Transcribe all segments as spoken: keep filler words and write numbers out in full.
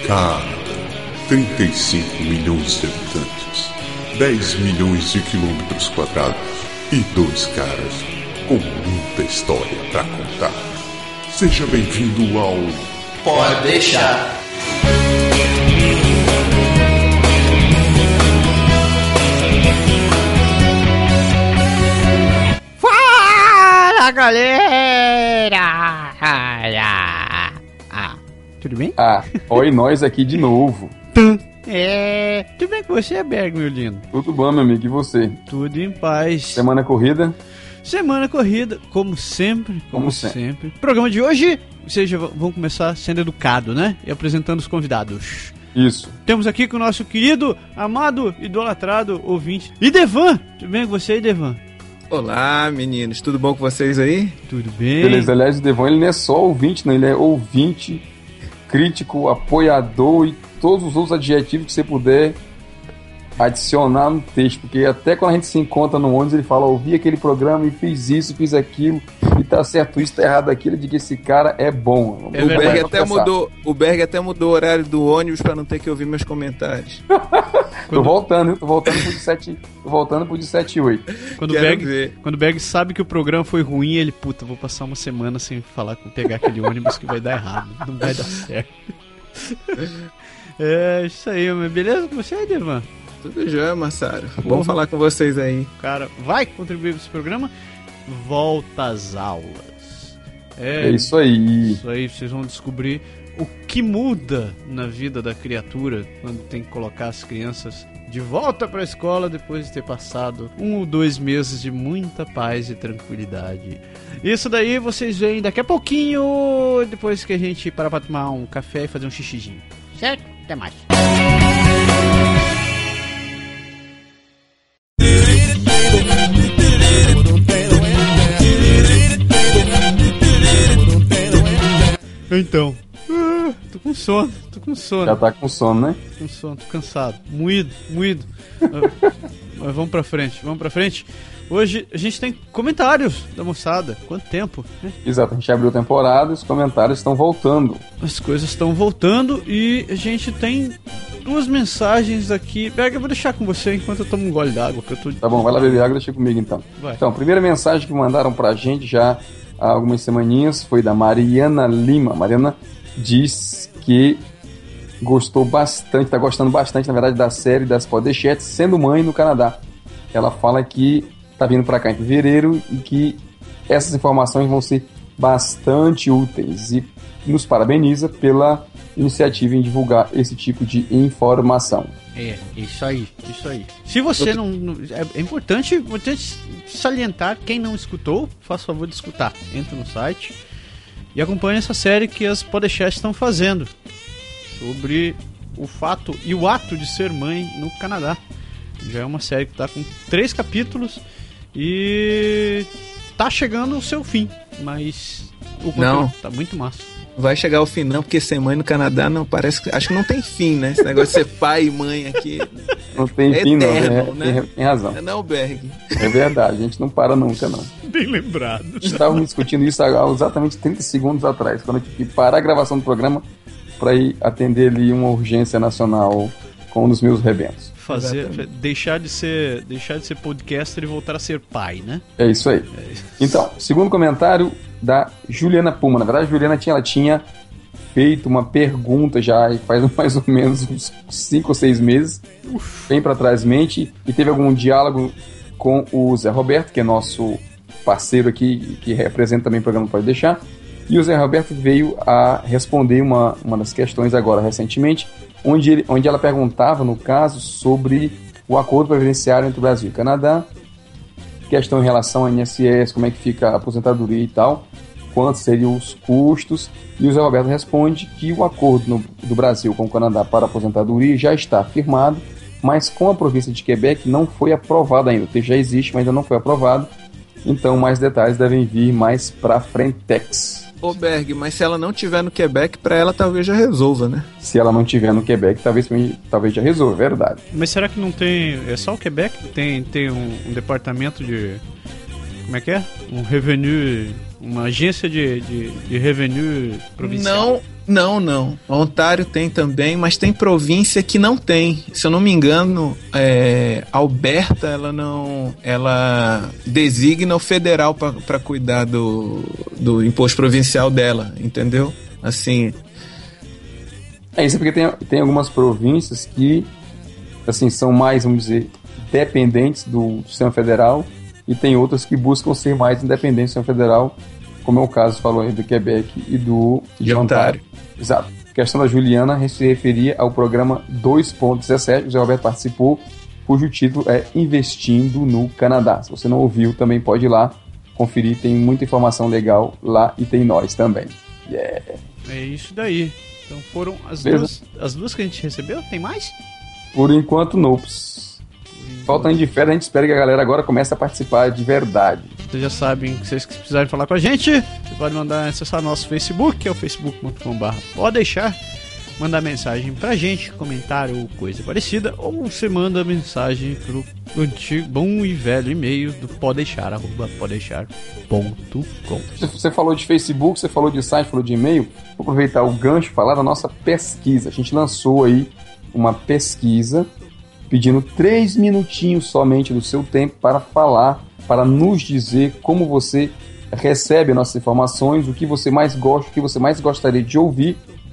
Cara, trinta e cinco milhões de habitantes, dez milhões de quilômetros quadrados e dois caras com muita história pra contar. Seja bem-vindo ao Pode Deixar. Fala, galera! Ah, tudo bem? Ah, oi, nós aqui de novo. É, tudo bem com você, Berg, meu lindo? Tudo bom, meu amigo, e você? Tudo em paz. Semana corrida? Semana corrida, como sempre, como, Como sempre. sempre. Programa de hoje, vocês já vão começar sendo educado, né? E apresentando os convidados. Isso. Temos aqui com o nosso querido, amado, idolatrado ouvinte, Idevan. Tudo bem com você, Idevan? Olá, meninos, tudo bom com vocês aí? Tudo bem. Beleza, aliás, o Devon, ele não é só ouvinte, não, ele é ouvinte, crítico, apoiador e todos os outros adjetivos que você puder adicionar no texto, porque até quando a gente se encontra no ônibus, ele fala, ouvi aquele programa e fiz isso, fiz aquilo, e tá certo isso, tá errado aquilo, de que esse cara é bom. É, o, Berg até mudou, o Berg até mudou o horário do ônibus pra não ter que ouvir meus comentários. Tô voltando, tô voltando pro de sete, tô voltando pro de sete e oito. Quando o Berg, quando o Berg sabe que o programa foi ruim, ele, puta, vou passar uma semana sem falar com pegar aquele ônibus que vai dar errado, não vai dar certo. É isso aí, mas beleza com você, Devan? Tudo jóia, Massaro. Vamos falar com vocês aí. Cara, vai contribuir com esse programa? Volta às aulas. É, é isso aí. Isso aí, vocês vão descobrir o que muda na vida da criatura quando tem que colocar as crianças de volta para a escola depois de ter passado um ou dois meses de muita paz e tranquilidade. Isso daí vocês veem daqui a pouquinho, depois que a gente parar para tomar um café e fazer um xixizinho. Certo? Até mais. Então, uh, tô com sono, tô com sono. Já tá com sono, né? Tô com sono, tô cansado, moído, moído. uh, Mas vamos pra frente, vamos pra frente. Hoje a gente tem comentários da moçada. Quanto tempo, né? Exato, a gente abriu a temporada e os comentários estão voltando. As coisas estão voltando e a gente tem duas mensagens aqui. Berg, eu vou deixar com você enquanto eu tomo um gole d'água. Que eu tô... Tá bom, vai lá beber água e deixa comigo então. Vai. Então, a primeira mensagem que mandaram pra gente já há algumas semaninhas foi da Mariana Lima. Mariana diz que gostou bastante, tá gostando bastante, na verdade, da série das podcasts, sendo mãe no Canadá. Ela fala que tá vindo pra cá em fevereiro e que essas informações vão ser bastante úteis e nos parabeniza pela iniciativa em divulgar esse tipo de informação. É, isso aí, isso aí. Se você não... não é, é importante, importante salientar, quem não escutou, faça o favor de escutar. Entra no site e acompanhe essa série que as podcasts estão fazendo sobre o fato e o ato de ser mãe no Canadá. Já é uma série que tá com três capítulos e tá chegando ao seu fim, mas o conteúdo tá muito massa. Vai chegar ao fim não, porque ser mãe no Canadá não parece que... Acho que não tem fim, né? Esse negócio de ser pai e mãe aqui... Não tem é fim, eterno, não. É, né? tem, tem razão. É não, Berg. É verdade, a gente não para nunca, não. Bem lembrado. Estávamos discutindo isso há exatamente trinta segundos atrás, quando eu tive que parar a gravação do programa para ir atender ali uma urgência nacional com um dos meus rebentos. Fazer, deixar de ser, deixar de ser podcaster e voltar a ser pai, né? É isso aí. É isso. Então, segundo comentário da Juliana Puma. Na verdade, a Juliana tinha, ela tinha feito uma pergunta já faz mais ou menos uns cinco ou seis meses, Uf. bem para trás mente, e teve algum diálogo com o Zé Roberto, que é nosso parceiro aqui, que representa também o programa Pode Deixar, e o Zé Roberto veio a responder uma, uma das questões agora recentemente, onde, ele, onde ela perguntava, no caso, sobre o acordo previdenciário entre o Brasil e o Canadá, questão em relação ao I N S S, como é que fica a aposentadoria e tal, quantos seriam os custos, e o Zé Roberto responde que o acordo no, do Brasil com o Canadá para a aposentadoria já está firmado, mas com a província de Quebec não foi aprovado ainda. O texto já existe, mas ainda não foi aprovado, então mais detalhes devem vir mais para frentex. Ô Berg, mas se ela não tiver no Quebec, pra ela talvez já resolva, né? Se ela não tiver no Quebec, talvez, talvez já resolva, é verdade. Mas será que não tem... É só o Quebec que tem, tem um, um departamento de... Como é que é? Um revenue... Uma agência de, de, de revenue provincial? Não, Não, não. Ontário tem também, mas tem província que não tem. Se eu não me engano, é, Alberta, ela não, ela designa o federal para cuidar do, do imposto provincial dela, entendeu? Assim. É isso, porque tem, tem algumas províncias que, assim, são mais, vamos dizer, dependentes do sistema federal, e tem outras que buscam ser mais independentes do sistema federal, como é o caso, falou aí, do Quebec e do de Ontário. Exato. A questão da Juliana se referia ao programa dois ponto dezessete, o Zé Roberto participou, cujo título é Investindo no Canadá. Se você não ouviu, também pode ir lá conferir, tem muita informação legal lá e tem nós também. Yeah. É isso daí. Então foram as duas, as duas que a gente recebeu? Tem mais? Por enquanto, nopes. Faltando de férias, a gente espera que a galera agora comece a participar de verdade. Vocês já sabem que vocês que precisarem falar com a gente, você pode mandar acessar nosso Facebook, que é o facebook ponto com barra pode deixar, mandar mensagem pra gente, comentário ou coisa parecida, ou você manda mensagem pro antigo, bom e velho e-mail do podeixar, arroba podeixar ponto com. Você falou de Facebook, você falou de site, falou de e-mail, vou aproveitar o gancho e falar da nossa pesquisa. A gente lançou aí uma pesquisa pedindo três minutinhos somente do seu tempo para falar, para nos dizer como você recebe nossas informações, o que você mais gosta, o que você mais gostaria de ouvir.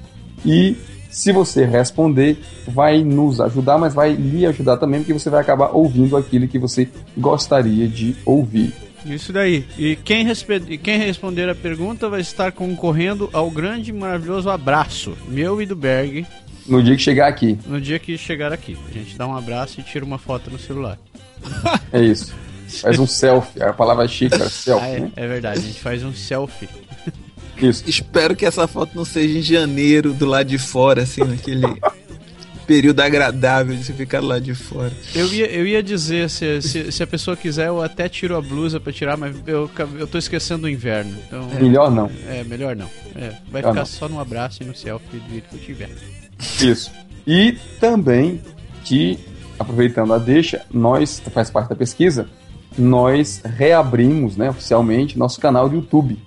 E se você responder, vai nos ajudar, mas vai lhe ajudar também, porque você vai acabar ouvindo aquilo que você gostaria de ouvir. Isso daí. E quem, respe... quem responder a pergunta vai estar concorrendo ao grande e maravilhoso abraço meu e do Berg. No dia que chegar aqui. No dia que chegar aqui. A gente dá um abraço e tira uma foto no celular. É isso. Faz um selfie. A palavra chique é selfie, ah, é, né? É verdade, a gente faz um selfie. Isso. Espero que essa foto não seja em janeiro, do lado de fora, assim, naquele período agradável de você ficar do lado de fora. Eu ia, eu ia dizer, se, se, se a pessoa quiser, eu até tiro a blusa pra tirar, mas eu, eu tô esquecendo o inverno. Então, é, melhor não. É, melhor não. É, vai melhor ficar não. Só no abraço e no selfie do jeito que eu tiver. Isso. E também que, aproveitando a deixa, nós, faz parte da pesquisa, nós reabrimos, né, oficialmente nosso canal do YouTube.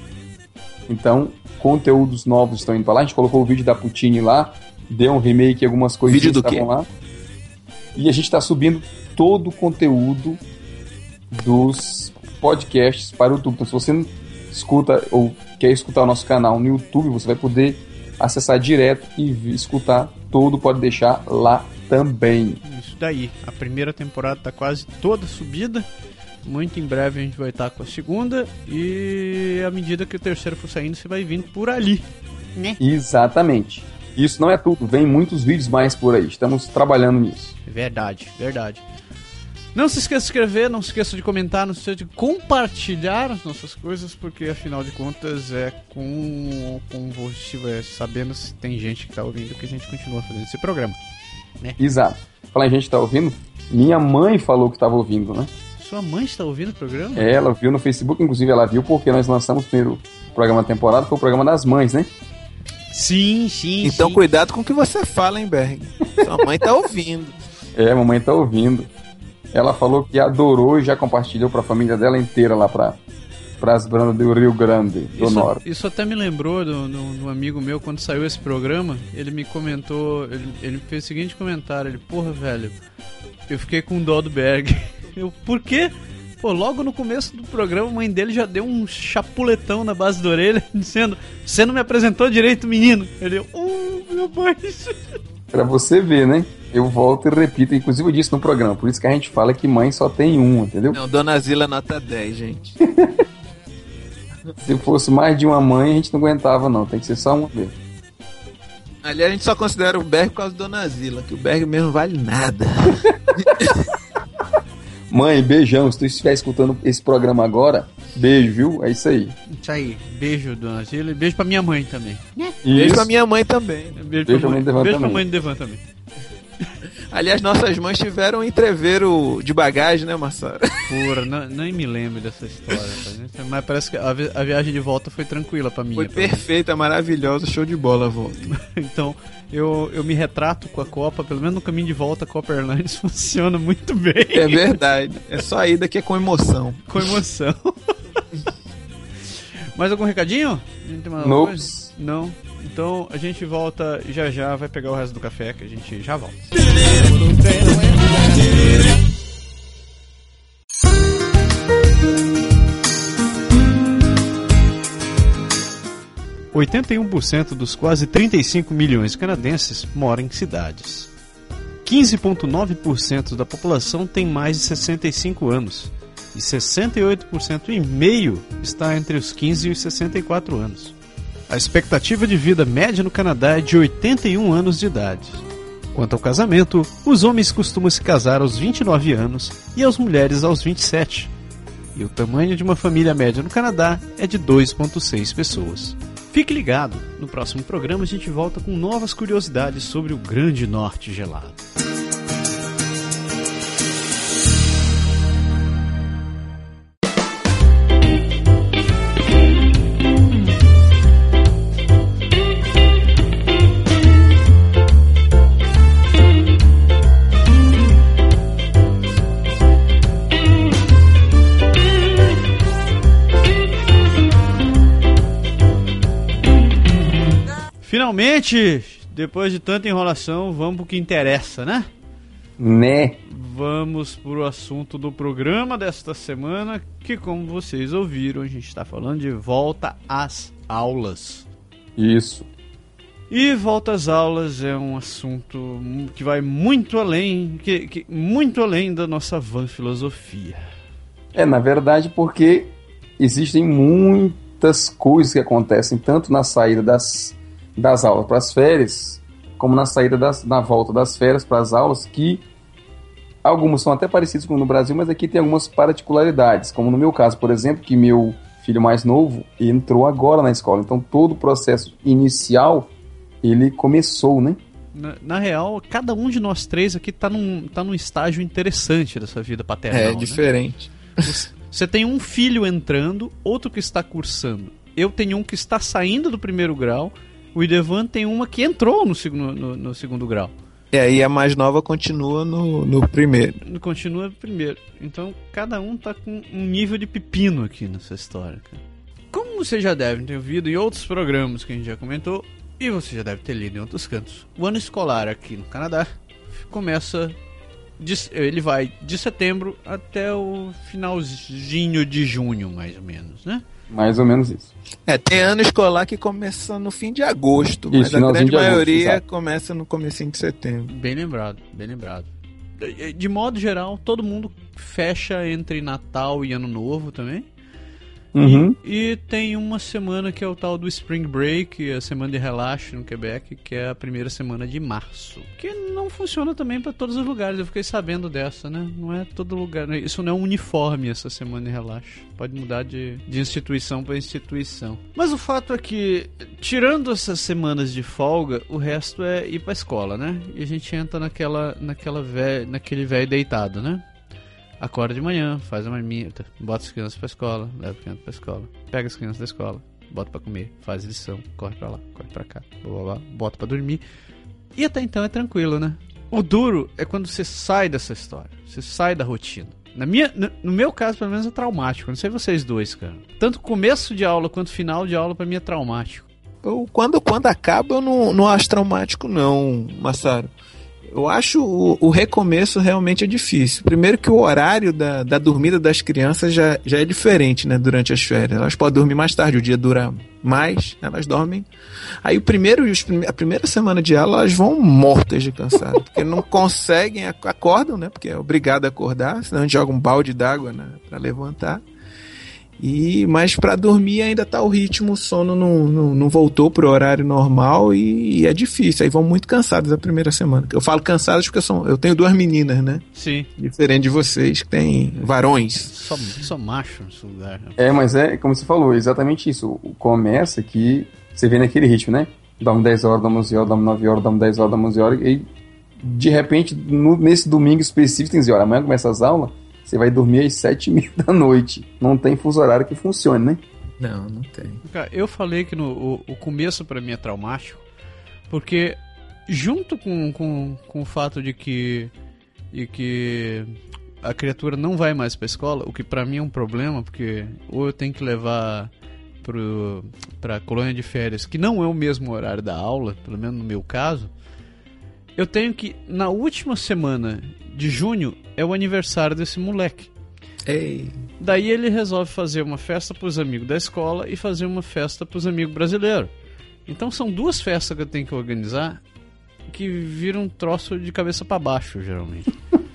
Então, conteúdos novos estão indo para lá. A gente colocou o vídeo da Poutine lá, deu um remake, algumas coisas vídeo do estavam quê? lá. E a gente está subindo todo o conteúdo dos podcasts para o YouTube. Então, se você não escuta ou quer escutar o nosso canal no YouTube, você vai poder acessar direto e escutar todo, pode deixar lá também. Isso daí. A primeira temporada está quase toda subida. Muito em breve a gente vai estar com a segunda. E à medida que o terceiro for saindo, você vai vindo por ali, né? Exatamente. Isso não é tudo. Vem muitos vídeos mais por aí. Estamos trabalhando nisso. Verdade, verdade. Não se esqueça de inscrever, não se esqueça de comentar, não se esqueça de compartilhar as nossas coisas, porque afinal de contas é com, com você estiver sabendo se tem gente que está ouvindo que a gente continua fazendo esse programa, né? Exato. Falar em gente que tá ouvindo, minha mãe falou que estava ouvindo, né? Sua mãe está ouvindo o programa? É, ela viu no Facebook, inclusive ela viu porque nós lançamos o primeiro programa da temporada, foi o programa das mães, né? Sim, sim, Então sim. cuidado com o que você fala, hein, Berg? Sua mãe tá ouvindo. É, mamãe tá ouvindo. Ela falou que adorou e já compartilhou para a família dela inteira lá para as bandas do Rio Grande do isso, Norte. Isso até me lembrou do, do, do amigo meu, quando saiu esse programa, ele me comentou, ele, ele fez o seguinte comentário, ele, porra, velho, eu fiquei com dó do Berg. Eu, por quê? Pô, logo no começo do programa, a mãe dele já deu um chapuletão na base da orelha, dizendo, você não me apresentou direito, menino. Ele, oh, meu pai. Pra você ver, né? Eu volto e repito, inclusive eu disse no programa, por isso que a gente fala que mãe só tem um, entendeu? Não, Dona Zila nota dez, gente. Se fosse mais de uma mãe, a gente não aguentava não, tem que ser só uma vez. Aliás, a gente só considera o Berg por causa do Dona Zila, que o Berg mesmo vale nada. Mãe, beijão, se tu estiver escutando esse programa agora, beijo, viu? É isso aí. Isso aí, beijo, dona Zila, e beijo pra minha mãe também. Beijo pra minha mãe também. Beijo, Beijo pra, mãe, pra mãe beijo também. pra mãe do Devan também. Aliás, nossas mães tiveram um entreveiro de bagagem, né, Massara? Porra, não, nem me lembro dessa história. Tá? Mas parece que a, vi- a viagem de volta foi tranquila pra mim. Foi perfeita, maravilhosa, show de bola a volta. Então, eu, eu me retrato com a Copa, pelo menos no caminho de volta, a Copa Airlines funciona muito bem. É verdade. É só a ida que é com emoção. Com emoção. Mais algum recadinho? Não tem mais alguma Nope. coisa? Não. Então a gente volta já já, vai pegar o resto do café que a gente já volta. oitenta e um por cento dos quase trinta e cinco milhões de canadenses moram em cidades. quinze vírgula nove por cento da população tem mais de sessenta e cinco anos e sessenta e oito por cento e meio está entre os quinze e os sessenta e quatro anos. A expectativa de vida média no Canadá é de oitenta e um anos de idade. Quanto ao casamento, os homens costumam se casar aos vinte e nove anos e as mulheres aos vinte e sete. E o tamanho de uma família média no Canadá é de dois vírgula seis pessoas. Fique ligado, no próximo programa a gente volta com novas curiosidades sobre o Grande Norte gelado. Finalmente, depois de tanta enrolação, vamos pro que interessa, né? Né? Vamos pro assunto do programa desta semana, que como vocês ouviram, a gente está falando de volta às aulas. Isso. E volta às aulas é um assunto que vai muito além, que, que, muito além da nossa van filosofia. É, na verdade, porque existem muitas coisas que acontecem, tanto na saída das... das aulas para as férias, como na saída das, na volta das férias para as aulas, que algumas são até parecidas com no Brasil, mas aqui tem algumas particularidades, como no meu caso, por exemplo, que meu filho mais novo entrou agora na escola, então todo o processo inicial, ele começou, né? Na, na real, cada um de nós três aqui tá num, tá num estágio interessante dessa vida paternal. É, né? diferente. Você, você tem um filho entrando, outro que está cursando. Eu tenho um que está saindo do primeiro grau. O Idevan tem uma que entrou no segundo, no, no segundo grau. É, e a mais nova continua no, no primeiro. Continua no primeiro. Então, cada um tá com um nível de pepino aqui nessa história, cara. Como você já deve ter ouvido em outros programas que a gente já comentou, e você já deve ter lido em outros cantos, o ano escolar aqui no Canadá começa... De, ele vai de setembro até o finalzinho de junho, mais ou menos, né? Mais ou menos isso. É, tem ano escolar que começa no fim de agosto, isso, mas a grande maioria agosto, começa no comecinho de setembro. Bem lembrado, bem lembrado. De modo geral, todo mundo fecha entre Natal e Ano Novo também. Uhum. E, e tem uma semana que é o tal do Spring Break, a semana de relaxo no Quebec, que é a primeira semana de março. Que não funciona também para todos os lugares, eu fiquei sabendo dessa, né? Não é todo lugar, né? Isso não é uniforme, essa semana de relaxo. Pode mudar de, de instituição para instituição. Mas o fato é que, tirando essas semanas de folga, o resto é ir pra escola, né? E a gente entra naquela, naquela vé, naquele velho deitado, né? Acorda de manhã, faz a marmita, bota as crianças pra escola, leva as crianças pra escola, pega as crianças da escola, bota pra comer, faz lição, corre pra lá, corre pra cá, blá, blá, blá, bota pra dormir. E até então é tranquilo, né? O duro é quando você sai dessa história, você sai da rotina. Na minha, no, no meu caso, pelo menos, é traumático. Não sei vocês dois, cara. Tanto começo de aula quanto final de aula, pra mim, é traumático. Eu, quando, quando acaba, eu não, não acho traumático, não, Massaro. Eu acho o, o recomeço realmente é difícil. Primeiro que o horário da, da dormida das crianças já, já é diferente, né, durante as férias. Elas podem dormir mais tarde, o dia dura mais, elas dormem. Aí o primeiro, a primeira semana de aula elas vão mortas de cansado, porque não conseguem, acordam, né, porque é obrigado a acordar, senão a gente joga um balde d'água, né, para levantar. E, mas para dormir ainda tá o ritmo, o sono não, não, não voltou pro horário normal e, e é difícil, aí vão muito cansados a primeira semana. Eu falo cansados porque eu, sou, eu tenho duas meninas, né? Sim. Diferente de vocês que tem varões. Só, só macho nesse lugar. É, mas é como você falou, exatamente isso. Começa que você vê naquele ritmo, né? Dorme dez horas, dorme onze horas, dorme nove horas, dorme dez horas, dorme onze horas, e de repente, no, nesse domingo específico, tem que dizer, olha, amanhã começa as aulas, você vai dormir às sete e meia da noite. Não tem fuso horário que funcione, né? Não, não tem. Cara, eu falei que no, o, o começo pra mim é traumático, porque junto com, com, com o fato de que, de que a criatura não vai mais pra escola, o que pra mim é um problema, porque ou eu tenho que levar pro, pra colônia de férias, que não é o mesmo horário da aula, pelo menos no meu caso, eu tenho que, na última semana de junho, é o aniversário desse moleque. Ei. Daí ele resolve fazer uma festa pros amigos da escola e fazer uma festa pros amigos brasileiros. Então são duas festas que eu tenho que organizar que viram um troço de cabeça pra baixo, geralmente.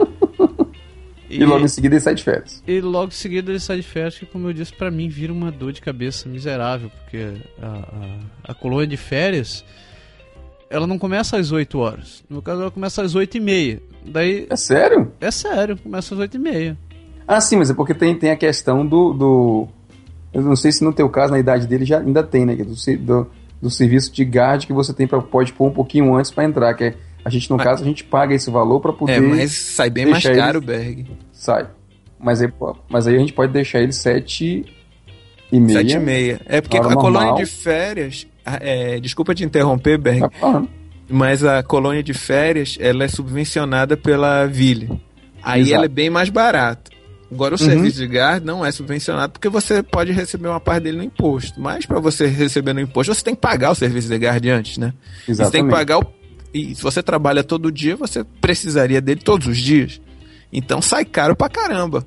e, e logo em seguida ele sai de férias. E logo em seguida ele sai de férias, que, como eu disse, pra mim vira uma dor de cabeça miserável, porque a, a, a colônia de férias, ela não começa às oito horas. No meu caso, ela começa às oito e meia. Daí, é sério? É sério, começa às oito e meia. Ah, sim, mas é porque tem, tem a questão do, do... Eu não sei se no teu caso, na idade dele, já ainda tem, né? Do, do, do serviço de guard que você tem pra, pode pôr um pouquinho antes pra entrar, que é, a gente, no mas, caso, a gente paga esse valor pra poder... É, mas sai bem mais caro o Berg. Sai. Mas aí, mas aí a gente pode deixar ele sete e meia. Sete e meia. É porque a normal. Colônia de férias... É, desculpa te interromper, Berg. Tá, mas a colônia de férias, ela é subvencionada pela Ville. Aí Exato. Ela é bem mais barata. Agora o uhum. serviço de guard não é subvencionado porque você pode receber uma parte dele no imposto. Mas para você receber no imposto, você tem que pagar o serviço de guard antes, né? Exatamente. Você tem que pagar o... E se você trabalha todo dia, você precisaria dele todos os dias. Então sai caro pra caramba.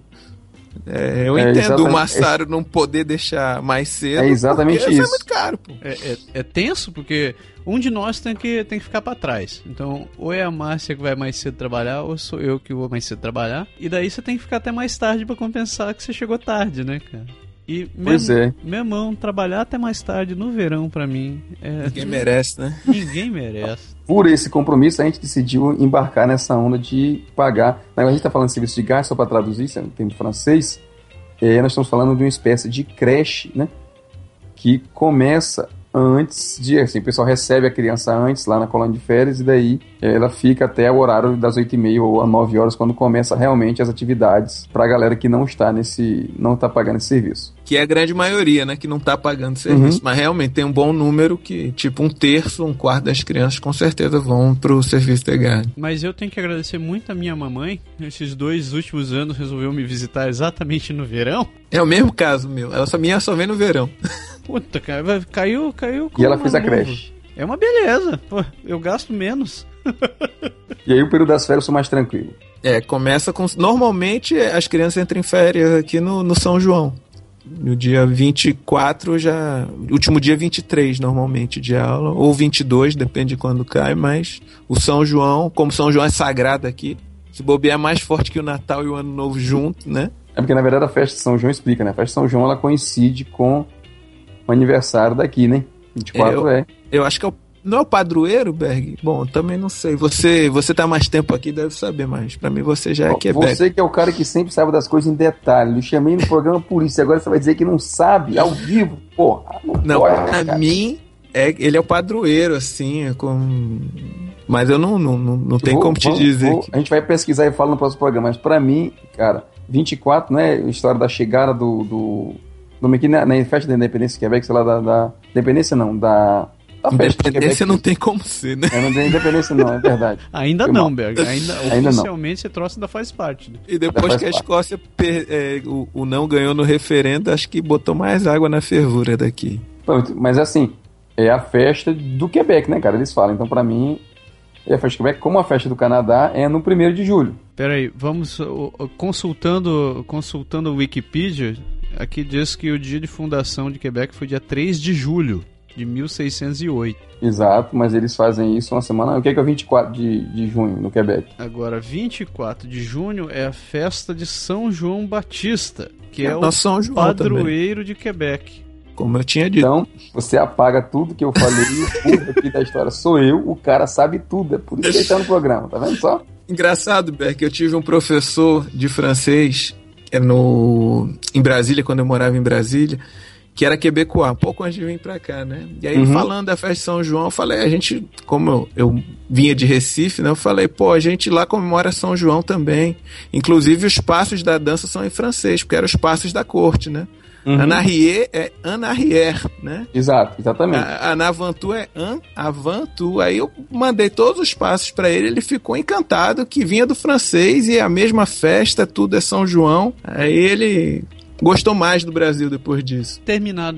É, eu é, entendo o Massaro é... não poder deixar mais cedo. É exatamente isso. É muito caro, pô. É, é, é tenso porque um de nós tem que, tem que ficar pra trás. Então, ou é a Márcia que vai mais cedo trabalhar, ou sou eu que vou mais cedo trabalhar. E daí você tem que ficar até mais tarde pra compensar que você chegou tarde, né, cara? E pois meu, é. Meu irmão, trabalhar até mais tarde no verão pra mim é... Ninguém merece, né? Ninguém merece. Por esse compromisso, a gente decidiu embarcar nessa onda de pagar. A gente tá falando de serviço de gás, só pra traduzir, isso é um termo de francês. É, nós estamos falando de uma espécie de creche, né? Que começa antes de... Assim, o pessoal recebe a criança antes, lá na colônia de férias, e daí ela fica até o horário das oito e meia ou às nove horas, quando começa realmente as atividades pra galera que não está nesse... não está pagando esse serviço. Que é a grande maioria, né? Que não está pagando serviço. Uhum. Mas realmente tem um bom número que, tipo, um terço, um quarto das crianças com certeza vão pro serviço de guard. Mas eu tenho que agradecer muito a minha mamãe. Esses dois últimos anos resolveu me visitar exatamente no verão. É o mesmo caso, meu. Ela só, minha só vem no verão. Puta, cara, caiu, caiu. E ela fez a creche. É uma beleza. Pô, eu gasto menos. E aí o período das férias foi mais tranquilo. É, começa com... Normalmente as crianças entram em férias aqui no, no São João. No dia vinte e quatro já... Último dia vinte e três, normalmente, de aula. Ou vinte e dois, depende de quando cai. Mas o São João, como São João é sagrado aqui, se bobear é mais forte que o Natal e o Ano Novo junto, né? É porque, na verdade, a festa de São João explica, né? A festa de São João, ela coincide com o aniversário daqui, né? vinte e quatro eu, é. Eu acho que é o... Não é o padroeiro, Berg? Bom, também não sei. Você, você tá mais tempo aqui, deve saber mais. Pra mim, você já é Quebec. Você que é o cara que sempre sabe das coisas em detalhe. Eu chamei no programa por isso. Agora você vai dizer que não sabe, ao vivo. Porra, não, não pode, pra cara. mim, é, ele é o padroeiro, assim, é com... Mas eu não, não, não, não tenho vou, como te vou, dizer. Vou, que... A gente vai pesquisar e fala no próximo programa. Mas pra mim, cara, vinte e quatro, né? A história da chegada do... do, do aqui na, na festa da Independência de Quebec, sei lá, da... da Independência não, da... Independência não tem como ser, né? É, não tem independência não, é verdade. Ainda Foi não, mal. Berg. Ainda, ainda oficialmente esse troço ainda faz parte. Né? E depois que a Escócia per, é, o, o não ganhou no referendo, acho que botou mais água na fervura daqui. Mas assim, é a festa do Quebec, né, cara? Eles falam. Então, pra mim, é a festa do Quebec, como a festa do Canadá, é no primeiro de julho. Peraí, vamos... Consultando, consultando o Wikipedia, aqui diz que o dia de fundação de Quebec foi dia três de julho. De mil seiscentos e oito. Exato, mas eles fazem isso uma semana... O que é que é o vinte e quatro de, de junho no Quebec? Agora, vinte e quatro de junho é a festa de São João Batista, que é, é o São João padroeiro também. De Quebec. Como eu tinha dito. Então, você apaga tudo que eu falei e o público aqui da história sou eu, o cara sabe tudo. É por isso que ele tá no programa, tá vendo só? Engraçado, Beck, eu tive um professor de francês no, em Brasília, quando eu morava em Brasília, que era quebecois, um pouco antes de vir pra cá, né? E aí, uhum. falando da festa de São João, eu falei, a gente, como eu, eu vinha de Recife, né? Eu falei, pô, a gente lá comemora São João também. Inclusive, os passos da dança são em francês, porque eram os passos da corte, né? Uhum. Anarrier é Anarrière, né? Exato, exatamente. A, Anavantu é An Avantu. Aí eu mandei todos os passos pra ele, ele ficou encantado, que vinha do francês e é a mesma festa, tudo é São João. Aí ele... gostou mais do Brasil depois disso. Terminado,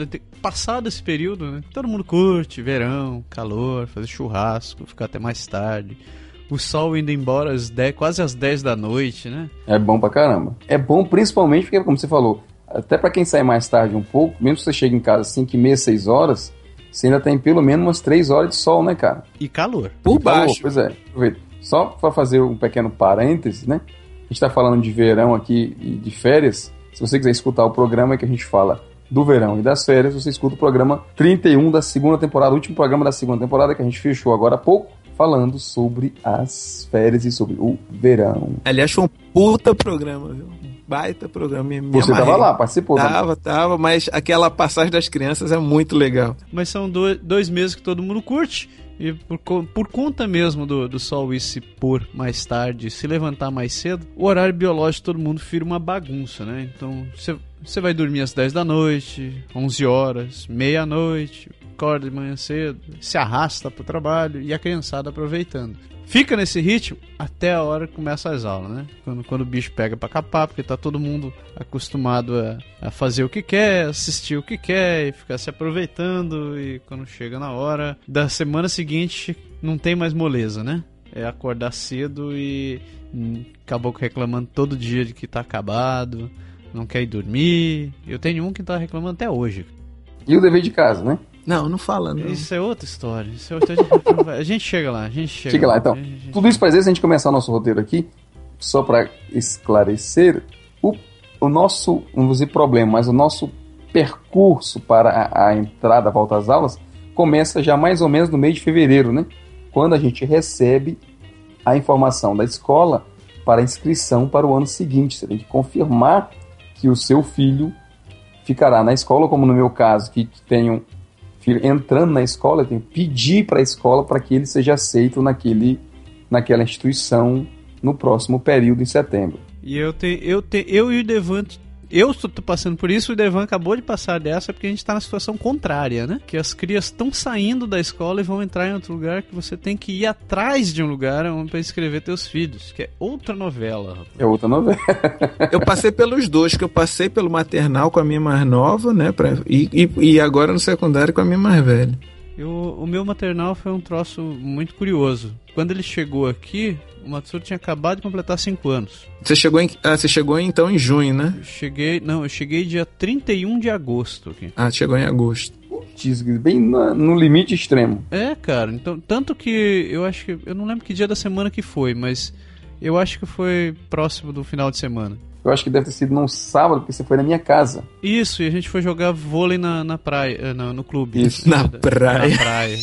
passado esse período, né? Todo mundo curte, verão, calor, fazer churrasco, ficar até mais tarde. O sol indo embora às dez, quase às dez da noite, né? É bom pra caramba. É bom principalmente porque, como você falou, até pra quem sai mais tarde um pouco, mesmo que você chegue em casa às cinco e meia, seis horas, você ainda tem pelo menos umas três horas de sol, né, cara? E calor. Por e calor, baixo. Pois é, aproveita. Só pra fazer um pequeno parêntese, né? A gente tá falando de verão aqui e de férias. Se você quiser escutar o programa que a gente fala do verão e das férias, você escuta o programa trinta e um da segunda temporada, o último programa da segunda temporada que a gente fechou agora há pouco, falando sobre as férias e sobre o verão. Aliás, foi um puta programa, viu? Baita programa. Me, me Você amarrei. tava lá, participou. Tava, também. tava, mas aquela passagem das crianças é muito legal. Mas são dois, dois meses que todo mundo curte. E por, por conta mesmo do, do sol ir se pôr mais tarde, se levantar mais cedo, o horário biológico de todo mundo vira uma bagunça, né? Então você vai dormir às dez da noite, onze horas, meia-noite, acorda de manhã cedo, se arrasta pro trabalho e a criançada aproveitando. Fica nesse ritmo até a hora que começa as aulas, né? Quando, quando o bicho pega pra capar, porque tá todo mundo acostumado a, a fazer o que quer, assistir o que quer e ficar se aproveitando. E quando chega na hora da semana seguinte, não tem mais moleza, né? É acordar cedo e hum, caboclo reclamando todo dia de que tá acabado, não quer ir dormir. Eu tenho um que tá reclamando até hoje. E o dever de casa, né? Não, não fala não. Isso é outra história. Isso é outra... A gente chega lá, a gente chega, chega lá. lá. Então, gente... tudo isso para dizer, se a gente começar o nosso roteiro aqui, só para esclarecer, o, o nosso, não vou dizer problema, mas o nosso percurso para a, a entrada, a volta às aulas, começa já mais ou menos no mês de fevereiro, né? Quando a gente recebe a informação da escola para a inscrição para o ano seguinte. Você tem que confirmar que o seu filho ficará na escola, como no meu caso, que tenho entrando na escola, eu tenho que pedir para a escola para que ele seja aceito naquele, naquela instituição no próximo período, em setembro. E eu, te, eu, te, eu e o Devan, eu estou passando por isso, o Devan acabou de passar dessa porque a gente está na situação contrária, né? Que as crias estão saindo da escola e vão entrar em outro lugar que você tem que ir atrás de um lugar para inscrever teus filhos, que é outra novela. Rapaz. É outra novela. Eu passei pelos dois, que eu passei pelo maternal com a minha mais nova, né? Pra, e, e, e agora no secundário com a minha mais velha. Eu, o meu maternal foi um troço muito curioso. Quando ele chegou aqui, o Matsuro tinha acabado de completar cinco anos. Você chegou, em, ah, você chegou então em junho, né? Eu cheguei, não, eu cheguei dia trinta e um de agosto aqui. Ah, chegou em agosto. Putz, bem no, no limite extremo. É, cara, então, tanto que eu acho que, eu não lembro que dia da semana que foi, mas eu acho que foi próximo do final de semana. Eu acho que deve ter sido num sábado, porque você foi na minha casa. Isso, e a gente foi jogar vôlei na, na praia, no, no clube. Isso, na praia. Na praia.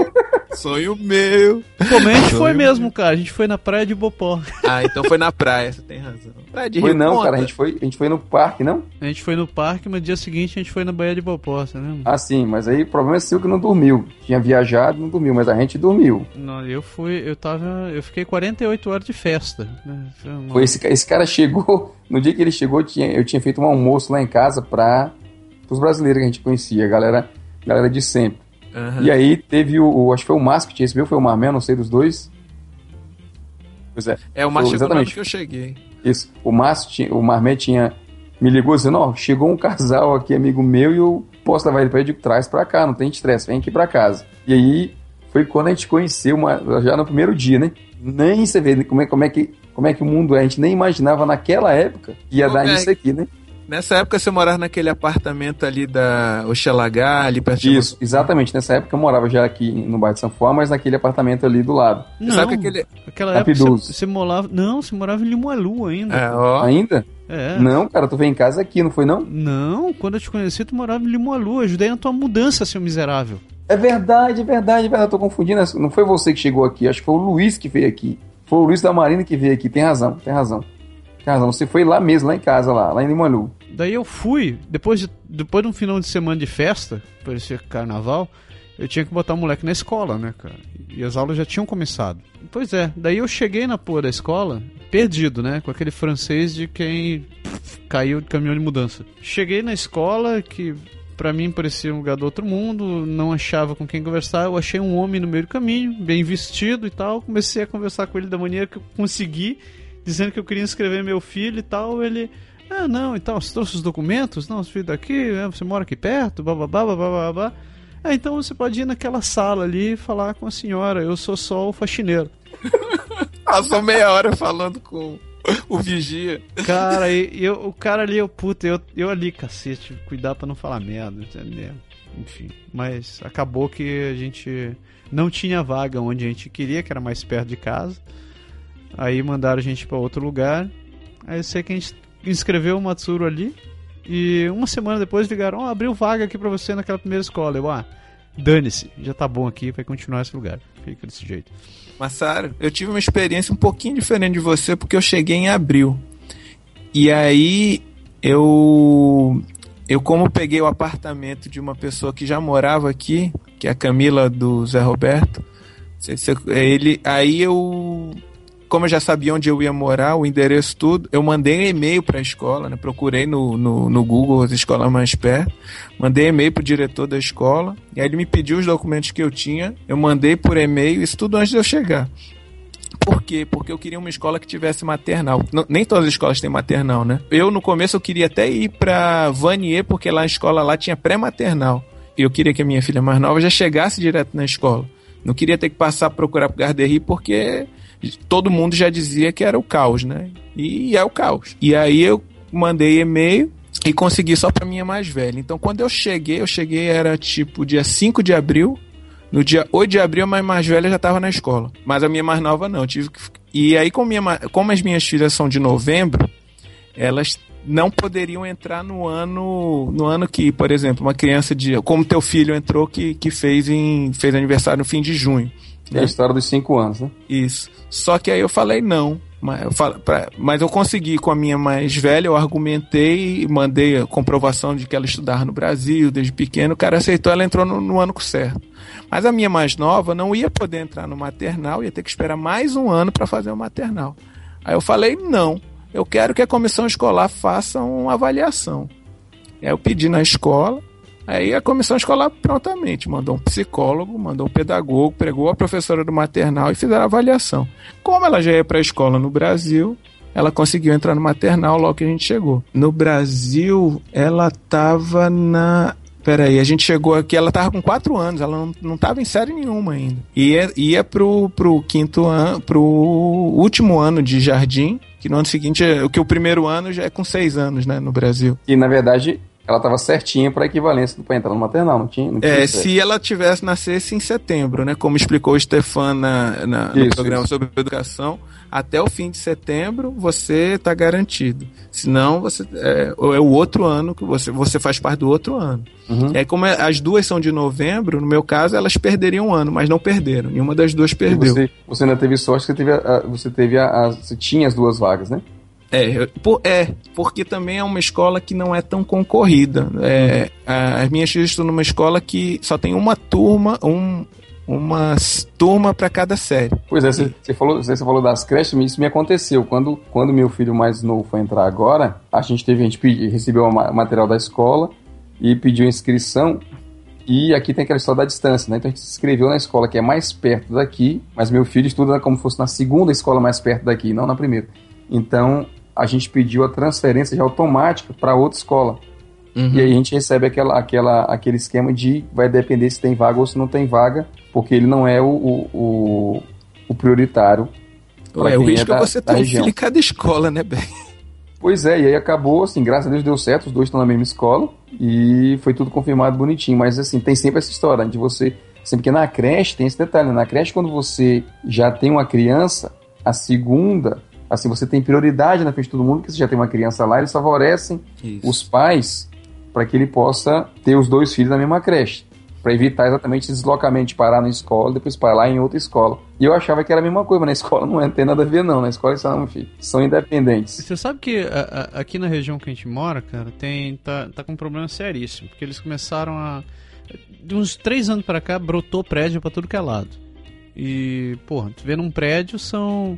Sonho meu. Pô, mas a gente foi mesmo, cara. A gente foi na praia de Bopó. Ah, então foi na praia, você tem razão. Praia de Foi Rio não, Ponta. cara, a gente foi, a gente foi no parque, não? A gente foi no parque, mas no dia seguinte a gente foi na Baía de Bopó, você lembra? Ah, sim, mas aí o problema é seu que não dormiu. Tinha viajado, não dormiu, mas a gente dormiu. Não, eu fui, eu tava, eu fiquei quarenta e oito horas de festa. Né? Foi, uma... foi esse, esse cara chegou, no dia que ele chegou, tinha, eu tinha feito um almoço lá em casa para os brasileiros que a gente conhecia, a galera, galera de sempre. Uhum. E aí teve o, o, acho que foi o Márcio que tinha recebeu, foi o Marmel, não sei dos dois. Pois é. É, o Márcio chegou exatamente que eu cheguei. Isso, o Márcio, tinha, o Marmel tinha, me ligou dizendo, ó, chegou um casal aqui, amigo meu, e eu posso levar ele pra ele, eu digo, traz pra cá, não tem estresse, vem aqui pra casa. E aí, foi quando a gente conheceu, uma, já no primeiro dia, né? Nem você vê como é, como, é que, como é que o mundo é, a gente nem imaginava naquela época que ia Ô, dar nisso aqui, né? Nessa época você morava naquele apartamento ali da Oxalagá, ali perto de... Isso, exatamente. Nessa época eu morava já aqui no bairro de São Juan, mas naquele apartamento ali do lado. Não, sabe que aquele... aquela época você, você morava... Não, você morava em Limoalu ainda. É, ó. Ainda? É. Não, cara, tu veio em casa aqui, não foi não? Não, quando eu te conheci tu morava em Limoalu. Eu ajudei na tua mudança, seu miserável. É verdade, é verdade, é verdade. Eu tô confundindo. Não foi você que chegou aqui, acho que foi o Luiz que veio aqui. Foi o Luiz da Marina que veio aqui, tem razão, tem razão. Tem razão, você foi lá mesmo, lá em casa, lá, lá em Limoalu. Daí eu fui, depois de, depois de um final de semana de festa, parecia carnaval, eu tinha que botar o moleque na escola, né, cara? E as aulas já tinham começado. Pois é, daí eu cheguei na porra da escola, perdido, né? Com aquele francês de quem pff, caiu de caminhão de mudança. Cheguei na escola, que pra mim parecia um lugar do outro mundo, não achava com quem conversar, eu achei um homem no meio do caminho, bem vestido e tal, comecei a conversar com ele da maneira que eu consegui, dizendo que eu queria inscrever meu filho e tal, ele... Ah, não, então, você trouxe os documentos? Não, você veio daqui, você mora aqui perto, bababá, bababá, babá. Ah, então você pode ir naquela sala ali e falar com a senhora, eu sou só o faxineiro. Passou meia hora falando com o vigia. Cara, e eu, o cara ali, eu, puta, eu, eu ali, cacete, cuidar pra não falar merda, entendeu? Enfim, mas acabou que a gente não tinha vaga onde a gente queria, que era mais perto de casa. Aí mandaram a gente pra outro lugar. Aí eu sei que a gente inscreveu o Matsuro ali. E uma semana depois ligaram, ó, oh, abriu vaga aqui pra você naquela primeira escola. Eu, ah, dane-se, já tá bom aqui, vai continuar esse lugar. Fica desse jeito. Massaro, eu tive uma experiência um pouquinho diferente de você, porque eu cheguei em abril. E aí, eu... Eu, como peguei o apartamento de uma pessoa que já morava aqui, que é a Camila do Zé Roberto, ele, aí eu... Como eu já sabia onde eu ia morar, o endereço, tudo, eu mandei um e-mail para a escola, né? Procurei no, no, no Google as escolas mais perto, mandei e-mail pro diretor da escola, e aí ele me pediu os documentos que eu tinha, eu mandei por e-mail, isso tudo antes de eu chegar. Por quê? Porque eu queria uma escola que tivesse maternal. Não, nem todas as escolas têm maternal, né? Eu, no começo, eu queria até ir para Vanier, porque lá a escola lá tinha pré-maternal. E eu queria que a minha filha mais nova já chegasse direto na escola. Não queria ter que passar a procurar pro Garderie, porque todo mundo já dizia que era o caos, né? E é o caos. E aí eu mandei e-mail e consegui só pra minha mais velha. Então quando eu cheguei, eu cheguei era tipo dia cinco de abril. No dia oito de abril a minha mais velha já estava na escola. Mas a minha mais nova não. Eu tive que... E aí como, minha... como as minhas filhas são de novembro, elas não poderiam entrar no ano no ano que, por exemplo, uma criança de... Como teu filho entrou que, que fez, em... fez aniversário no fim de junho. É a história dos cinco anos, né? Isso. Só que aí eu falei não. Mas eu, falo, pra, mas eu consegui com a minha mais velha, eu argumentei e mandei a comprovação de que ela estudava no Brasil desde pequeno. O cara aceitou, ela entrou no, no ano certo. Mas a minha mais nova não ia poder entrar no maternal, ia ter que esperar mais um ano para fazer o maternal. Aí eu falei, não, eu quero que a comissão escolar faça uma avaliação. Aí eu pedi na escola. Aí a comissão escolar prontamente mandou um psicólogo, mandou um pedagogo, pregou a professora do maternal e fizeram a avaliação. Como ela já ia para a escola no Brasil, ela conseguiu entrar no maternal logo que a gente chegou. No Brasil, ela estava na... Peraí, a gente chegou aqui, ela estava com quatro anos, ela não, não estava em série nenhuma ainda. Ia, ia pro, pro quinto ano, pro último ano de jardim, que no ano seguinte, o que o primeiro ano já é com seis anos, né, no Brasil. E na verdade... Ela estava certinha para a equivalência para entrar no maternal, não tinha? Não tinha é, certo. Se ela tivesse nascesse em setembro, né? Como explicou o Stefan na, na, isso, no programa isso. sobre educação, até o fim de setembro você está garantido. Senão, você, é, é o outro ano que você, você faz parte do outro ano. Uhum. É, como é, as duas são de novembro, no meu caso, elas perderiam um ano, mas não perderam. Nenhuma das duas perdeu. Você, você ainda teve sorte que você, teve a, você, teve a, a, você tinha as duas vagas, né? É, por, é, porque também é uma escola que não é tão concorrida. É, as minhas filhas estão numa escola que só tem uma turma, um, uma turma para cada série. Pois é, você, você, falou, você falou das creches, isso me aconteceu. Quando, quando meu filho mais novo foi entrar agora, a gente teve, a gente pedi, recebeu o material da escola e pediu inscrição. E aqui tem aquela história da distância, né? Então a gente se inscreveu na escola que é mais perto daqui, mas meu filho estuda como se fosse na segunda escola mais perto daqui, não na primeira. Então a gente pediu a transferência já automática para outra escola. Uhum. E aí a gente recebe aquela, aquela, aquele esquema de vai depender se tem vaga ou se não tem vaga, porque ele não é o, o, o, o prioritário. Ué, o risco é, da, é você ter um filho em cada escola, né, Ben? Pois é, e aí acabou, assim, graças a Deus deu certo, os dois estão na mesma escola e foi tudo confirmado bonitinho. Mas assim, tem sempre essa história de você... Sempre que na creche tem esse detalhe, né? Na creche quando você já tem uma criança, a segunda... Assim, você tem prioridade na frente de todo mundo, porque você já tem uma criança lá, eles favorecem Isso. os pais para que ele possa ter os dois filhos na mesma creche, para evitar exatamente esse deslocamento de parar na escola, depois parar lá em outra escola. E eu achava que era a mesma coisa, mas na escola não, é, não tem nada a ver não, na escola são, filho, são independentes. Você sabe que a, a, aqui na região que a gente mora, cara, tem, tá, tá com um problema seríssimo, porque eles começaram a... De uns três anos para cá, brotou prédio para tudo que é lado. E, porra, tu vê num prédio são...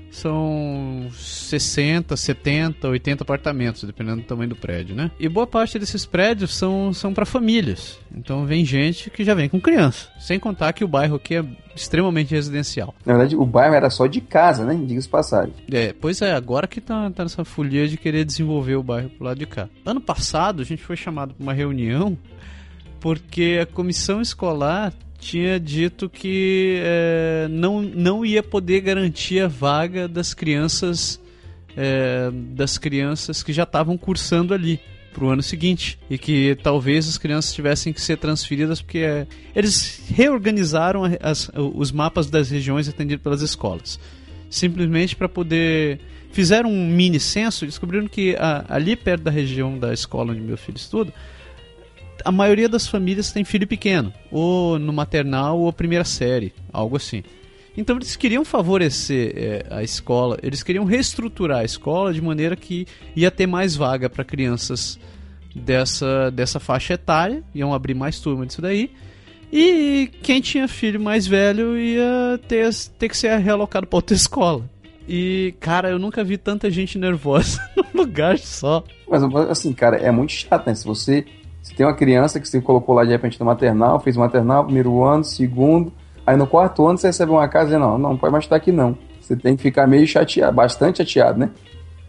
são sessenta, setenta, oitenta apartamentos, dependendo do tamanho do prédio, né? E boa parte desses prédios são, são para famílias. Então vem gente que já vem com criança. Sem contar que o bairro aqui é extremamente residencial. Na verdade, o bairro era só de casa, né? Diga-se passagem. É, pois é, agora que tá, tá nessa folia de querer desenvolver o bairro pro lado de cá. Ano passado, a gente foi chamado para uma reunião porque a comissão escolar tinha dito que é, não, não ia poder garantir a vaga das crianças é, das crianças que já estavam cursando ali para o ano seguinte, e que talvez as crianças tivessem que ser transferidas porque é, eles reorganizaram as, os mapas das regiões atendidas pelas escolas, simplesmente para poder... Fizeram um mini censo e descobriram que a, ali perto da região da escola onde meu filho estuda, a maioria das famílias tem filho pequeno, ou no maternal ou primeira série, algo assim. Então eles queriam favorecer é, a escola, eles queriam reestruturar a escola de maneira que ia ter mais vaga para crianças dessa, dessa faixa etária, iam abrir mais turma disso daí, e quem tinha filho mais velho ia ter, ter que ser realocado para outra escola. E, cara, eu nunca vi tanta gente nervosa num lugar só. Mas, assim, cara, é muito chato, né? Se você... Se tem uma criança que você colocou lá de repente no maternal, fez o maternal, primeiro ano, segundo, aí no quarto ano você recebe uma casa e não, não pode mais estar aqui não. Você tem que ficar meio chateado, bastante chateado, né?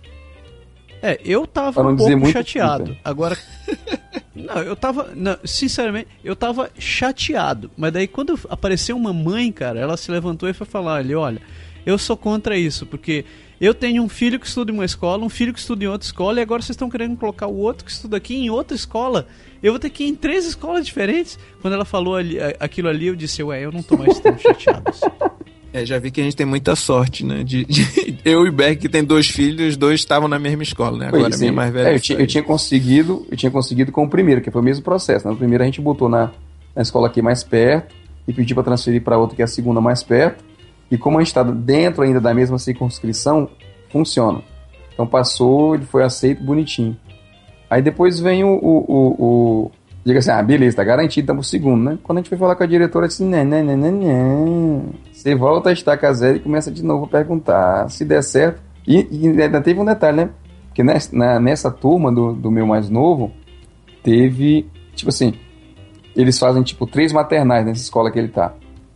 É, eu tava um pouco chateado. Puta. Agora, não, eu tava, não, sinceramente, eu tava chateado. Mas daí quando apareceu uma mãe, cara, ela se levantou e foi falar ali, olha, eu sou contra isso, porque... Eu tenho um filho que estuda em uma escola, um filho que estuda em outra escola, e agora vocês estão querendo colocar o outro que estuda aqui em outra escola. Eu vou ter que ir em três escolas diferentes. Quando ela falou ali, aquilo ali, eu disse, ué, eu não tô mais tão chateado assim. É, já vi que a gente tem muita sorte, né? De, de, eu e o Berg, que tem dois filhos, os dois estavam na mesma escola, né? Agora a minha mais velha... É, eu, tinha, eu, tinha conseguido, eu tinha conseguido com o primeiro, que foi o mesmo processo. Né? No primeiro a gente botou na, na escola aqui mais perto e pediu para transferir para outra, que é a segunda mais perto. E como a gente está dentro ainda da mesma circunscrição, funciona. Então passou, ele foi aceito bonitinho. Aí depois vem o... o, o, o diga assim, ah, beleza, tá garantido, estamos pro segundo, né? Quando a gente foi falar com a diretora, disse, né, né, né, né, né. Você volta a estaca zero e começa de novo a perguntar se der certo. E, e ainda teve um detalhe, né? Porque nessa, na, nessa turma do, do meu mais novo, teve, tipo assim, eles fazem tipo três maternais nessa escola que ele tá.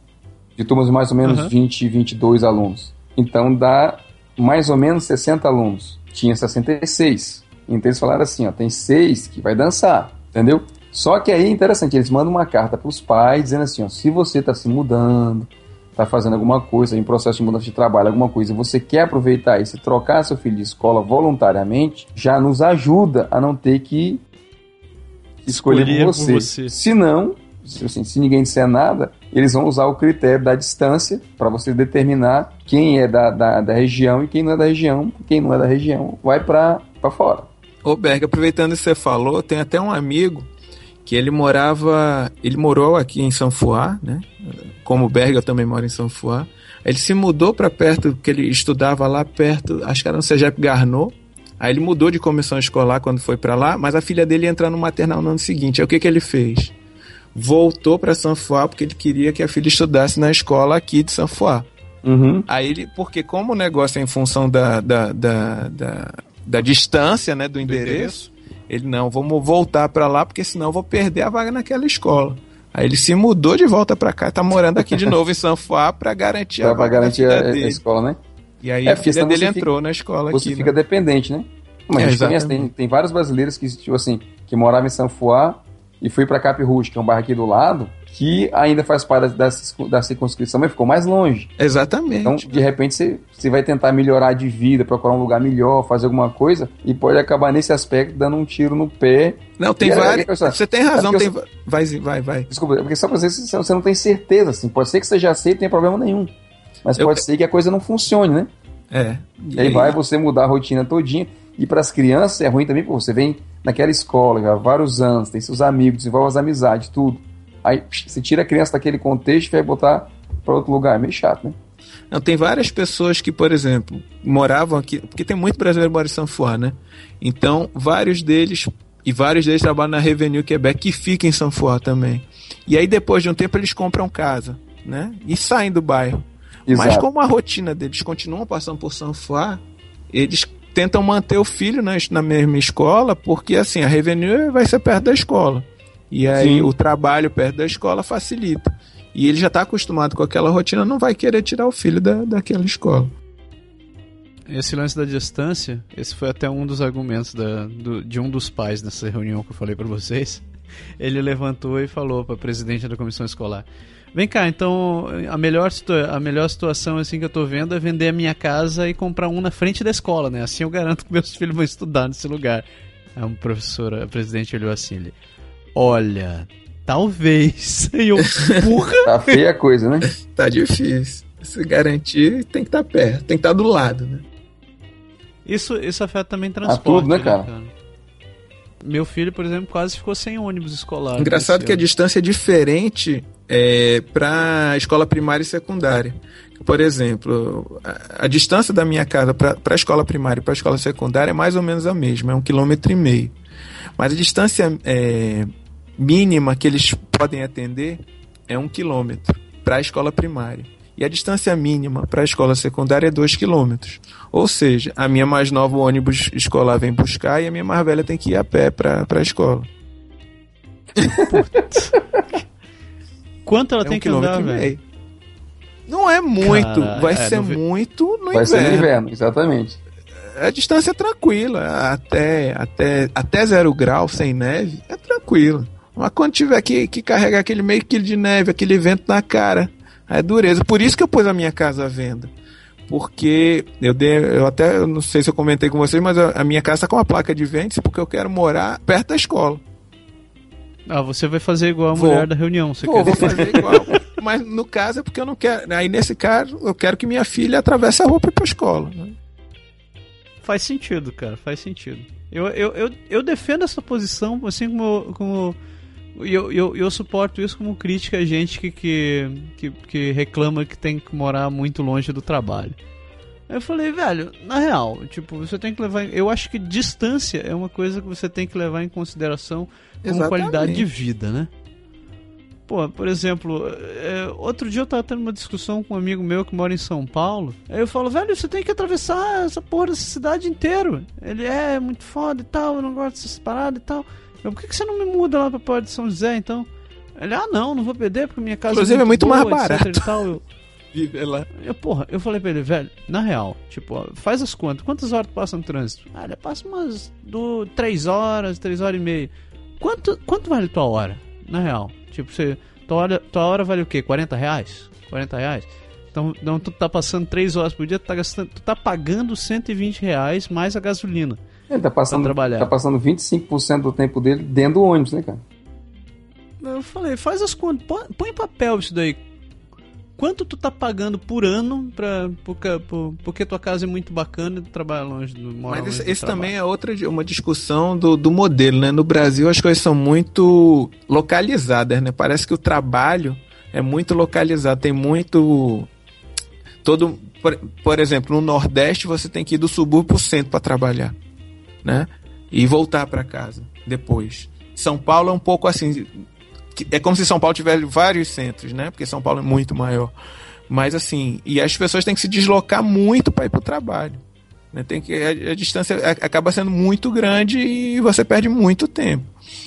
De turmas de mais ou menos uhum. vinte, vinte e dois alunos. Então dá mais ou menos sessenta alunos. Tinha sessenta e seis. Então eles falaram assim, ó, tem seis que vai dançar, entendeu? Só que aí é interessante, eles mandam uma carta para os pais dizendo assim, ó, se você está se mudando, está fazendo alguma coisa, em processo de mudança de trabalho, alguma coisa, você quer aproveitar isso e trocar seu filho de escola voluntariamente, já nos ajuda a não ter que escolher, escolher por você. você. Se não, assim, se ninguém disser nada, eles vão usar o critério da distância para você determinar quem é da, da, da região e quem não é da região. Quem não é da região vai para fora. Ô Berg, aproveitando que você falou, tem até um amigo que ele morava, ele morou aqui em Sanfuá, né? Como o Berg, eu também moro em Sanfuá. Ele se mudou para perto, que ele estudava lá perto, acho que era no Cegep Garnot. Aí ele mudou de comissão escolar quando foi para lá, mas a filha dele ia entrar no maternal no ano seguinte. Aí o que, que ele fez? Voltou para Sanfuá porque ele queria que a filha estudasse na escola aqui de Sanfuá. Uhum. Aí ele, porque como o negócio é em função da, da, da, da, da distância, né, do endereço, ele, não, vamos voltar para lá porque senão eu vou perder a vaga naquela escola. Aí ele se mudou de volta para cá e tá morando aqui de novo em Sanfuá para garantir pra, a vaga pra garantir da a, dele. a escola, né? E aí é, a filha dele entrou fica, na escola você aqui. Você fica né? dependente, né? Mas é, a gente conhece, tem, tem vários brasileiros que, tipo assim, que moravam em Sanfuá e foi para Capirrucho, que é um bairro aqui do lado, que ainda faz parte da, da circunscrição, mas ficou mais longe. Exatamente. Então, de repente, você, você vai tentar melhorar de vida, procurar um lugar melhor, fazer alguma coisa, e pode acabar nesse aspecto dando um tiro no pé. Não, tem vários. Você tem razão, é tem... Eu... vai, vai, vai. Desculpa, porque só pra você, você não tem certeza, assim. Pode ser que você já aceite, não tem problema nenhum. Mas eu... pode ser que a coisa não funcione, né? É. E, e aí vai você mudar a rotina todinha. E para as crianças é ruim também, porque você vem naquela escola já há vários anos, tem seus amigos, desenvolve as amizades, tudo. Aí você tira a criança daquele contexto e vai botar para outro lugar. É meio chato, né? Não, tem várias pessoas que, por exemplo, moravam aqui, porque tem muito brasileiro que mora em Sanfuá, né? Então, vários deles, e vários deles trabalham na Revenue Quebec, que fica em Sanfuá também. E aí, depois de um tempo, eles compram casa, né? E saem do bairro. Exato. Mas como a rotina deles continua passando por São Fuá, eles tentam manter o filho na, na mesma escola, porque assim, a revenue vai ser perto da escola. E aí Sim. o trabalho perto da escola facilita. E ele já está acostumado com aquela rotina, não vai querer tirar o filho da, daquela escola. Esse lance da distância, esse foi até um dos argumentos da, do, de um dos pais nessa reunião que eu falei para vocês. Ele levantou e falou para a presidente da comissão escolar: vem cá, então a melhor, a melhor situação assim que eu tô vendo é vender a minha casa e comprar um na frente da escola, né? Assim eu garanto que meus filhos vão estudar nesse lugar. Aí uma professora, a presidente olhou assim, ele, olha, talvez. E eu, porra! Tá feia a coisa, né? Tá difícil. Se garantir, tem que estar tá perto, tem que estar tá do lado, né? Isso, isso afeta também transporte. Ah, tudo, né, cara? cara? Meu filho, por exemplo, quase ficou sem ônibus escolar. Engraçado que a distância é diferente é, para escola primária e secundária. Por exemplo, a, a distância da minha casa para a escola primária e para a escola secundária é mais ou menos a mesma, é um quilômetro e meio. Mas a distância é, mínima que eles podem atender é um quilômetro para a escola primária. E a distância mínima para a escola secundária é dois quilômetros. Ou seja, a minha mais nova, o ônibus escolar vem buscar, e a minha mais velha tem que ir a pé para a escola. Quanto ela é tem um que andar, velho? Não é muito, Cara, vai é, ser no... muito no vai inverno. Vai ser no inverno, exatamente. A distância é tranquila, até, até, até zero grau, sem neve, é tranquila. Mas quando tiver que, que carregar aquele meio quilo de neve, aquele vento na cara, é dureza. Por isso que eu pus a minha casa à venda. Porque eu dei, eu até, eu não sei se eu comentei com vocês, mas a, a minha casa está com uma placa de venda porque eu quero morar perto da escola. Ah, você vai fazer igual a vou. mulher da reunião. Você vou, quer vou fazer igual. Mas no caso é porque eu não quero. Aí nesse caso, eu quero que minha filha atravesse a rua para ir para a escola. Né? Faz sentido, cara, faz sentido. Eu, eu, eu, eu defendo essa posição, assim como. como eu, eu, eu suporto isso como crítica a gente que, que, que, que reclama que tem que morar muito longe do trabalho. Aí eu falei, velho, na real, tipo, você tem que levar. Eu acho que distância é uma coisa que você tem que levar em consideração como Exatamente. qualidade de vida, né? Pô, por exemplo, é, outro dia eu tava tendo uma discussão com um amigo meu que mora em São Paulo. Aí eu falo, velho, você tem que atravessar essa porra dessa cidade inteira. Ele é muito foda e tal, eu não gosto dessas paradas e tal. Eu, por que, que você não me muda lá pra Porto de São José, então? Ele, ah, não, não vou perder, porque minha casa Inclusive, é muito, é muito boa, mais barato. E tal. Eu, Viver lá. Eu, porra, eu falei pra ele, velho, na real, tipo, ó, faz as contas. Quantas horas tu passa no trânsito? Ah, ele passa umas do, três horas, três horas e meia. Quanto, quanto vale tua hora, na real? Tipo, você... Tua hora, tua hora vale o quê? quarenta reais? quarenta reais? Então, então tu tá passando três horas por dia, tu tá, gastando, tu tá pagando cento e vinte reais mais a gasolina. Ele tá passando, trabalhar. tá passando vinte e cinco por cento do tempo dele dentro do ônibus, né, cara? Eu falei, faz as contas, põe em papel isso daí. Quanto tu tá pagando por ano pra, porque, porque tua casa é muito bacana e tu trabalha longe do mora Mas longe esse, esse do também é outra uma discussão do, do modelo, né? No Brasil as coisas são muito localizadas, né? Parece que o trabalho é muito localizado, tem muito... todo Por, por exemplo, no Nordeste você tem que ir do subúrbio pro centro para trabalhar, né? E voltar para casa depois. São Paulo é um pouco assim... É como se São Paulo tivesse vários centros, né? Porque São Paulo é muito maior. Mas assim, e as pessoas têm que se deslocar muito para ir para o trabalho. Né? Tem que, a, a distância acaba sendo muito grande e você perde muito tempo.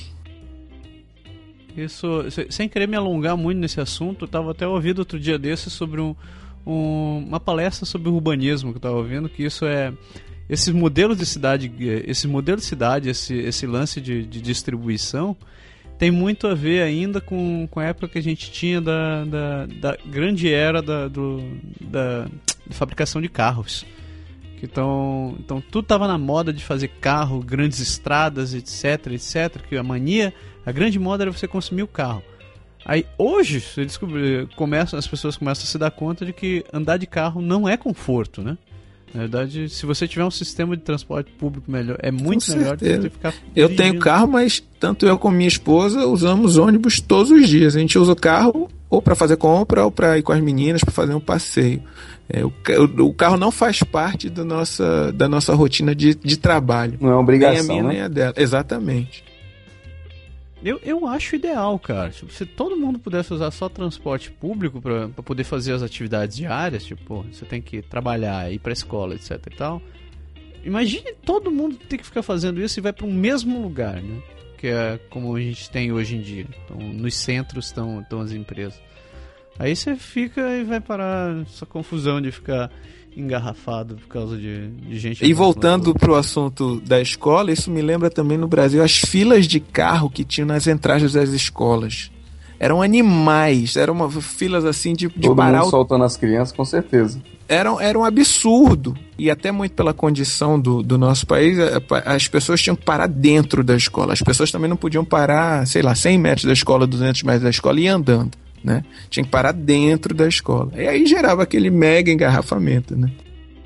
Isso, sem querer me alongar muito nesse assunto, eu estava até ouvindo outro dia desse sobre um, um, uma palestra sobre urbanismo que eu estava ouvindo, que isso é... Esses modelos de cidade, esse modelo de cidade, esse, esse lance de, de distribuição... tem muito a ver ainda com, com a época que a gente tinha da, da, da grande era da, do, da, da fabricação de carros. Que então, então tudo estava na moda de fazer carro, grandes estradas, etc, etc. Que a mania, a grande moda era você consumir o carro. Aí hoje você descobre, começa, as pessoas começam a se dar conta de que andar de carro não é conforto, né? Na verdade, se você tiver um sistema de transporte público melhor, é muito Com melhor do que você ficar Eu dirigindo. tenho carro, mas tanto eu como minha esposa usamos ônibus todos os dias. A gente usa o carro ou para fazer compra ou para ir com as meninas para fazer um passeio. É, o, o carro não faz parte do nossa, da nossa rotina de, de trabalho. Não é obrigação, nem a minha, né? nem a dela. Exatamente. Eu, eu acho ideal, cara. Tipo, se todo mundo pudesse usar só transporte público pra, pra poder fazer as atividades diárias, tipo, pô, você tem que trabalhar, ir pra escola, etc e tal. Imagine todo mundo ter que ficar fazendo isso e vai para um mesmo lugar, né? Que é como a gente tem hoje em dia. Então, nos centros estão, estão as empresas. Aí você fica e vai parar essa confusão de ficar engarrafado por causa de, de gente... E voltando pro assunto da escola, isso me lembra também no Brasil as filas de carro que tinham nas entradas das escolas. Eram animais, eram uma, filas assim de, de Todo parar... mundo o... soltando as crianças, com certeza. Era, era um absurdo. E até muito pela condição do, do nosso país, as pessoas tinham que parar dentro da escola. As pessoas também não podiam parar, sei lá, cem metros da escola, duzentos metros da escola e ir andando, né? Tinha que parar dentro da escola. E aí gerava aquele mega engarrafamento, né?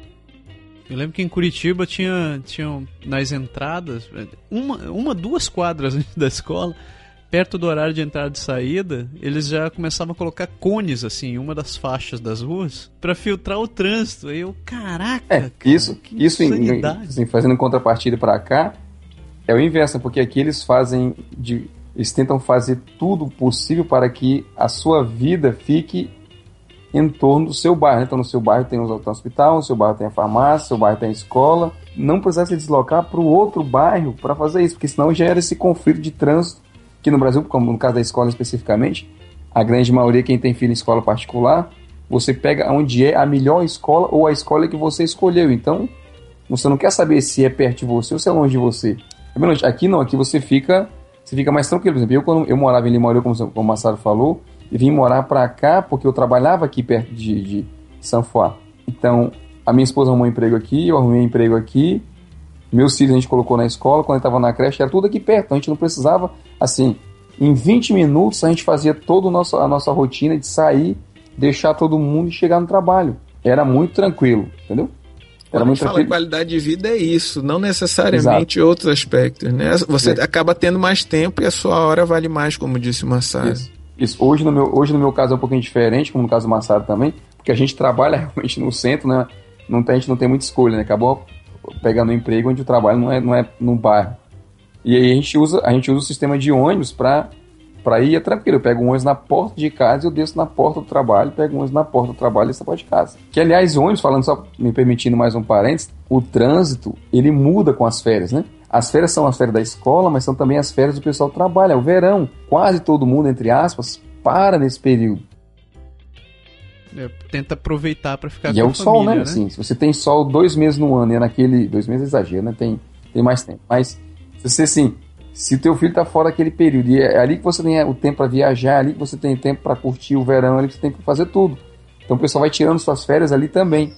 Eu lembro que em Curitiba tinha, tinha nas entradas, uma, uma, duas quadras antes da escola, perto do horário de entrada e saída, eles já começavam a colocar cones, assim, em uma das faixas das ruas, pra filtrar o trânsito. Aí eu, caraca, é, cara, isso, isso em, assim, fazendo em contrapartida pra cá, é o inverso, porque aqui eles fazem, de, eles tentam fazer tudo possível para que a sua vida fique em torno do seu bairro. Então no seu bairro tem um hospital, no seu bairro tem a farmácia, no seu bairro tem a escola. Não precisa se deslocar para o outro bairro para fazer isso, porque senão gera esse conflito de trânsito. Que no Brasil, como no caso da escola especificamente, a grande maioria, quem tem filho em escola particular, você pega onde é a melhor escola ou a escola que você escolheu. Então, você não quer saber se é perto de você ou se é longe de você. Aqui não, aqui você fica, você fica mais tranquilo. Por exemplo, eu quando eu morava em Limoeiro, como, como o Massaro falou, e vim morar para cá porque eu trabalhava aqui perto de, de Sanfoá. Então, a minha esposa arrumou um emprego aqui, eu arrumei um emprego aqui, meus filhos a gente colocou na escola, quando eu estava na creche, era tudo aqui perto, então a gente não precisava, assim, em vinte minutos a gente fazia toda a nossa, a nossa rotina de sair, deixar todo mundo e chegar no trabalho. Era muito tranquilo, entendeu? Era Quando muito a gente fala em qualidade de vida é isso, não necessariamente Exato. Outros aspectos, né? Você é. acaba tendo mais tempo e a sua hora vale mais, como disse o Massaro. Isso. Isso. Hoje, no meu, hoje no meu caso é um pouquinho diferente, como no caso do Massaro também, porque a gente trabalha realmente no centro, né? Não tem, a gente não tem muita escolha, né? Acabou pegando um emprego onde o trabalho não é, não é no bairro. E aí a gente usa, a gente usa o sistema de ônibus para para ir é tranquilo. Eu pego um ônibus na porta de casa e eu desço na porta do trabalho, pego um ônibus na porta do trabalho e desço na porta de casa. Que, aliás, ônibus, falando só, me permitindo mais um parênteses, o trânsito, ele muda com as férias, né? As férias são as férias da escola, mas são também as férias do pessoal que trabalha. O verão, quase todo mundo, entre aspas, para nesse período. É, tenta aproveitar para ficar e com é a o família, sol, né? né? Assim, se você tem sol dois meses no ano, e é naquele... Dois meses é exagero, né? Tem, tem mais tempo. Mas, se você, assim... Se o teu filho tá fora daquele período, e é ali que você tem o tempo para viajar, é ali que você tem tempo para curtir o verão, é ali que você tem que fazer tudo. Então o pessoal vai tirando suas férias ali também.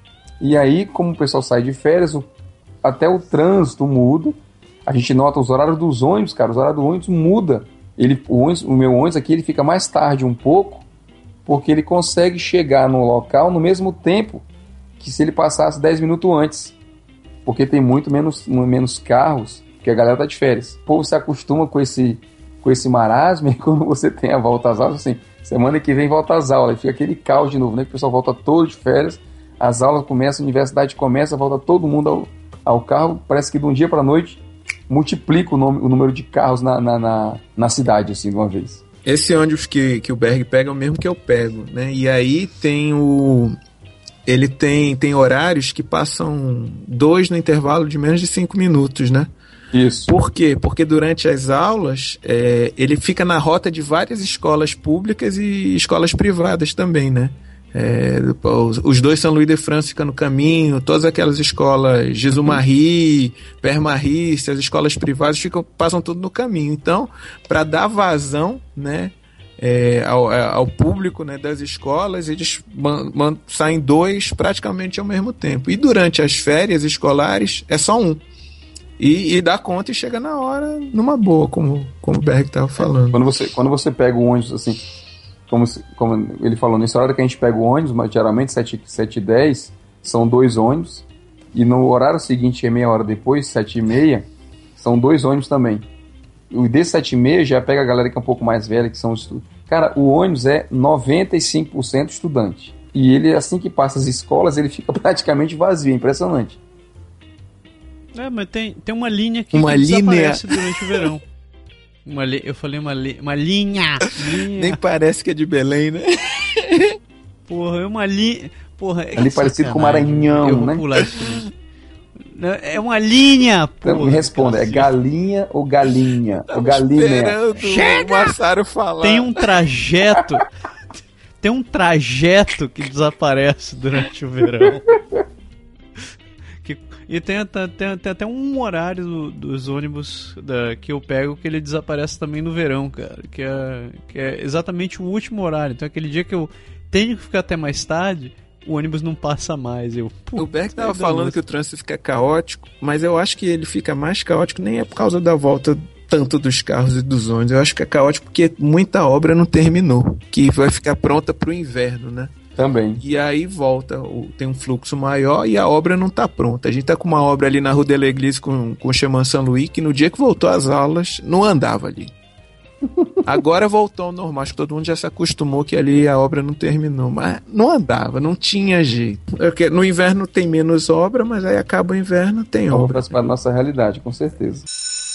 E aí, como o pessoal sai de férias, o, até o trânsito muda. A gente nota os horários dos ônibus, cara, os horários do ônibus muda. Ele, o, ônibus, o meu ônibus aqui, ele fica mais tarde um pouco, porque ele consegue chegar no local no mesmo tempo que se ele passasse dez minutos antes. Porque tem muito menos, menos carros, porque a galera tá de férias. O povo se acostuma com esse, com esse marasmo, e quando você tem a volta às aulas, assim, semana que vem volta às aulas, fica aquele caos de novo, né? Que o pessoal volta todo de férias, as aulas começam, a universidade começa, volta todo mundo ao, ao carro, parece que de um dia para noite multiplica o, nome, o número de carros na, na, na, na cidade, assim, de uma vez. Esse ônibus que, que o Berg pega é o mesmo que eu pego, né? E aí tem o... Ele tem, tem horários que passam dois no intervalo de menos de cinco minutos, né? Isso. Por quê? Porque durante as aulas, é, ele fica na rota de várias escolas públicas e escolas privadas também, né? É, os, os dois São Luís de França ficam no caminho, todas aquelas escolas Jesús-Marie, Père Marie, as escolas privadas ficam, passam tudo no caminho. Então, para dar vazão, né, é, ao, ao público, né, das escolas, eles man, man, saem dois praticamente ao mesmo tempo. E durante as férias escolares é só um. E, e dá conta e chega na hora numa boa, como, como o Berg estava falando. Quando você, quando você pega o ônibus, assim, como, como ele falou, nessa hora que a gente pega o ônibus, mas geralmente sete e dez, são dois ônibus, e no horário seguinte, é meia hora depois, sete e meia, são dois ônibus também. O desse sete e meia já pega a galera que é um pouco mais velha, que são estudantes. Cara, o ônibus é noventa e cinco por cento estudante. E ele, assim que passa as escolas, ele fica praticamente vazio, é impressionante. É, mas tem, tem uma linha que, uma que linha... desaparece durante o verão. Uma li... Eu falei uma, li... uma linha. linha. Nem parece que é de Belém, né? Porra, é uma linha. Porra, é ali parecido com Maranhão, eu vou né? Pular isso. É uma linha, porra. Então, me responda, é galinha ou galinha? Tava ou galinha? esperando Chega! o Massaro falar. Tem um trajeto. Tem um trajeto que desaparece durante o verão. Que, e tem, tem, tem, tem até um horário do, dos ônibus da, que eu pego que ele desaparece também no verão, cara. Que é, que é exatamente o último horário. Então aquele dia que eu tenho que ficar até mais tarde, o ônibus não passa mais. Eu, o Beck tava falando que o trânsito fica caótico, mas eu acho que ele fica mais caótico nem é por causa da volta tanto dos carros e dos ônibus. Eu acho que é caótico porque muita obra não terminou, que vai ficar pronta pro inverno, né? Também. E aí volta, tem um fluxo maior e a obra não tá pronta. A gente tá com uma obra ali na Rua de l'Église com, com o Xamã São Luís, que no dia que voltou às aulas, não andava ali. Agora voltou ao normal, acho que todo mundo já se acostumou que ali a obra não terminou, mas não andava, não tinha jeito. No inverno tem menos obra, mas aí acaba o inverno, tem obra. obra. Faz parte da nossa realidade, com certeza.